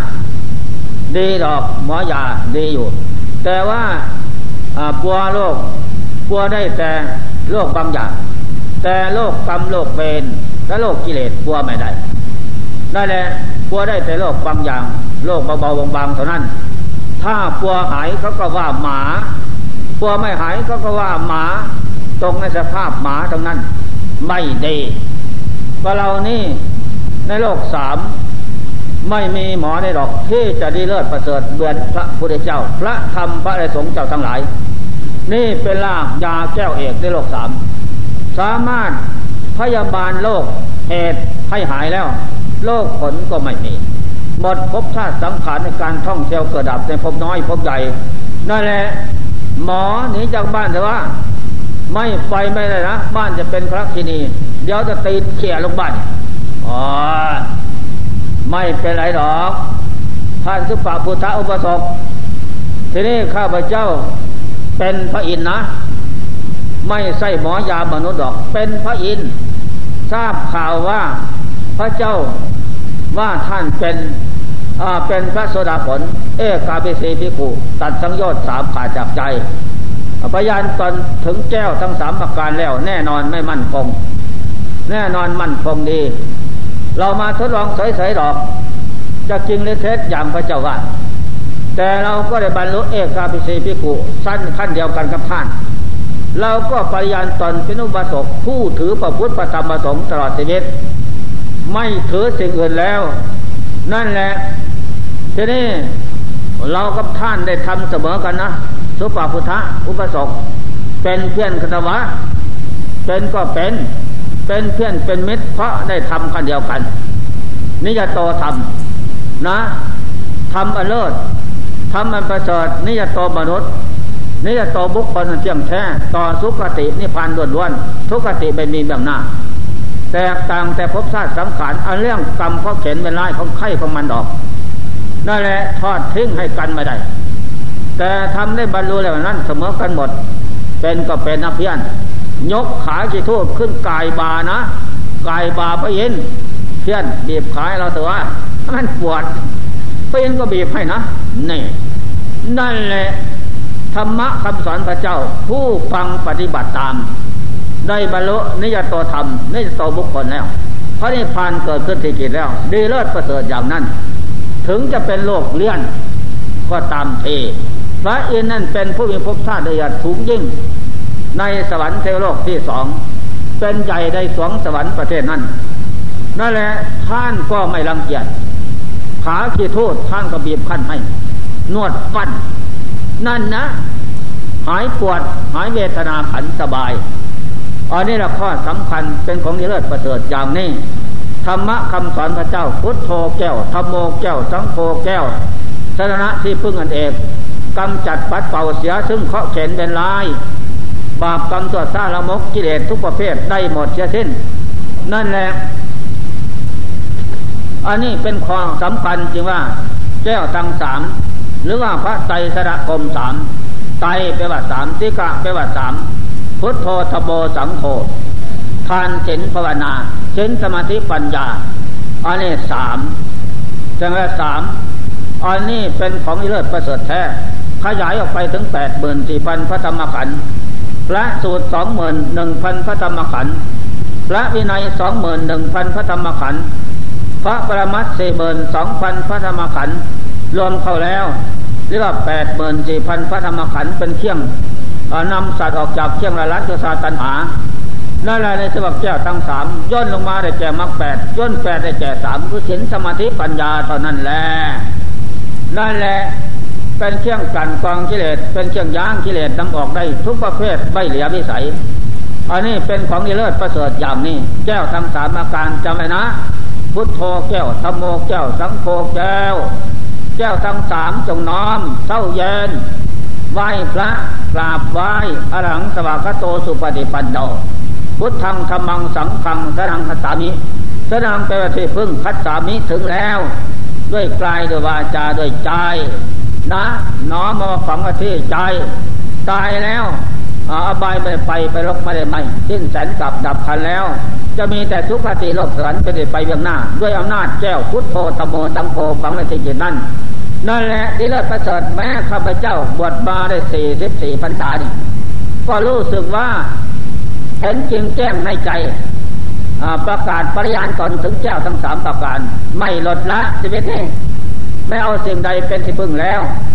ดีดอกหมอยาดีอยู่แต่ว่าปัวโลกกลัวได้แต่โรคบางอย่างแต่โรคกรรมโรคเวรและโรคกิเลสกลัวไม่ได้นั่นแหละกลัวได้แต่โรคบางอย่างโรคเบาๆบางๆเท่านั้นถ้ากลัวหายเขาก็ว่าหมากลัวไม่หายเขาก็ว่าหมาตรงในสภาพหมาตรงนั้นไม่ดีก็เรานี่ในโลกสามไม่มีหมอในหรอกที่จะดีเลิศประเสริฐเหมือนพระพุทธเจ้าพระธรรมพระอริยสงฆ์เจ้าทั้งหลายนี่เป็นรากยาแก้วเอกในโลกสามสามารถพยาบาลโรคเหตุให้หายแล้วโรคผลก็ไม่มีหมดภพชาติสังขารในการท่องเที่ยวเกิดดับในภพน้อยภพใหญ่นั่นแหละหมอหนีจากบ้านแต่ว่าไม่ไปไม่ได้นะบ้านจะเป็นครักที่นี่เดี๋ยวจะตีเขี่ยลงบ้านไม่เป็นไรหรอกท่านสุปพุทธอุปสมบททีนี้ข้าพเจ้าเป็นพระอินทร์นะไม่ใช่หมอยามนุษย์หรอกเป็นพระอินทร์ทราบข่าวว่าพระเจ้าว่าท่านเป็นพระโสดาผลเอกาภิสีภิกขุตัดสังโยชน์3ขาดจากใจพยานตนถึงแก้วทั้ง3ประการแล้วแน่นอนไม่มั่นคงแน่นอนมั่นคงดีเรามาทดลองเฉยๆหรอกจะจริงหรือเท็จอย่างพระเจ้าว่าแต่เราก็ได้บรรลุเอกาภิสีภิกขุสั้นขั้นเดียวกันกับท่านเราก็ปริญาณตนเป็นอุบาสกผู้ถือพระพุทธพระธรรมพระสงฆ์ตลอดชีวิตไม่ถือสิ่งอื่นแล้วนั่นแหละทีนี้เรากับท่านได้ทำเสมอกันนะสุปพุทธอุปสกเป็นเพื่อนกันวะเป็นก็เป็นเพื่อนเป็นมิตรเพราะได้ทำกันเดียวกันนิยโตธรรมนะทำอันเลิศทำอันประเสริฐนิยโตมนุษย์นิยโตบุคคลเที่ยงแท้ต่อสุคตินิพพานล้วนๆทุกขติไม่มีเบื้องหน้าแตกต่างแต่ภพชาติสังขารอันเรื่องกรรมข้อเข็นเวลาของไข่ของมันดอกนั่นแหละทอดทิ้งให้กันไม่ได้แต่ทำได้บรรลุแล้วนั้นเสมอกันหมดเป็นก็เป็นนะเพี้ยนยกขากี่ทูบขึ้นกายบานะกายบาไปเย็นเพี้ยนบีบขาเราตัวมันปวดไปเย็นก็บีบให้นะนี่นั่นแหละธรรมะคำสอนพระเจ้าผู้ฟังปฏิบัติตามได้บรรลุนิยตธรรมนิยตบุคคลแล้วพระนิพพานเกิดขึ้นที่จิตแล้วดีเลิศประเสริฐอย่างนั้นถึงจะเป็นโลกเลี้ยนก็ตามทีพระอินทร์นั่นเป็นผู้มีภพชาติละเอียดสูงยิ่งในสวรรค์เทวโลกที่2เป็นใหญ่ในสวงสวรรค์ประเทศนั้นนั่นแหละท่านก็ไม่รังเกียจขาขี้ทูดท่านก็บีบคั้นให้นวดฟันนั่นนะหายปวดหายเวทนาขันสบายอันนี้ละข้อสำคัญเป็นของดีเลิศประเสริฐอย่างนี้ธรรมะคำสอนพระเจ้าพุทโธแก้วธัมโมแก้วสังโฆแก้วสรณะที่พึ่งอันเอกกำจัดปัดเป่าเสียซึ่งเคราะห์เข็นเป็นลายบาปกรรมตัวซาละมกกิเลสทุกประเภทได้หมดเสียสิ้นนั่นแหละอันนี้เป็นข้อสำคัญจริงว่าแก้วทั้ง3หรือว่าพระไตรสรณคม3ไตรแปลว่า3ติกะแปลว่า3พุทโธธัมโมสังโฆทานศีลภาวนาศีลสมาธิปัญญาอันนี้3จังว่า3อันนี้เป็นของเลิศประเสริฐแท้ขยายออกไปถึง 84,000 พระธรรมขันธ์พระสูตร 21,000 พระธรรมขันธ์พระวินัย 21,000 พระธรรมขันธ์พระปรมัตถ์ 42,000 พระธรรมขันธ์รวมเข้าแล้วเรียกว่า 84,000 พระธรรมขันธ์เป็นเครื่องนำสัตว์ออกจากเครื่องละลัทธิศาสตัณหานั่นแหละในสวรรค์แก้วทั้ง3ย่นลงมาได้แก่มรรค8ย่น8ได้แก่3คือศีลสมาธิปัญญาเท่านั้นแหละนั่นแหละเป็นเครื่องกันกองกิเลสเป็นเครื่องย้างกิเลสนำออกได้ทุกประเภทไม่เหลือวิสัยอันนี้เป็นของดีเลิศประเสริฐอย่างนี้แก้วทั้ง3อาการจำไว้นะพุทโธแก้วธัมโมแก้วสังโฆแก้วแก้วทั้ง3จงน้อมเศร้าเย็นไหว้พระกราบไหว้อรหังสวากขาโตสุปฏิปันโนพุทธังธัมมังสังฆังสรังคัจฉามิสรังแปลว่าที่พึ่งคัจฉามิถึงแล้วด้วยกายด้วยวาจาด้วยใจนะน้อมมาฝังที่ใจตายแล้วอบายไม่ไปลกไม่ได้ไม่สิ้นแสนกับดับขันแล้วจะมีแต่ทุกขติโลกสวรรค์เป็นไปเบื้องหน้าด้วยอำนาจแก้วพุทโธธัมโมสังโฆฝังในจิตนั้นนั่นแหละดีเลิศประเสริฐแม้ข้าพเจ้าบวชมาได้44 พรรษานี่ก็รู้สึกว่าเห็นจริงแจ้งในใจประกาศปริญาณก่อนถึงแก้วทั้ง3ประการไม่ลดละชีวิตนี้ไม่เอาสิ่งใดเป็นที่พึ่งแล้ว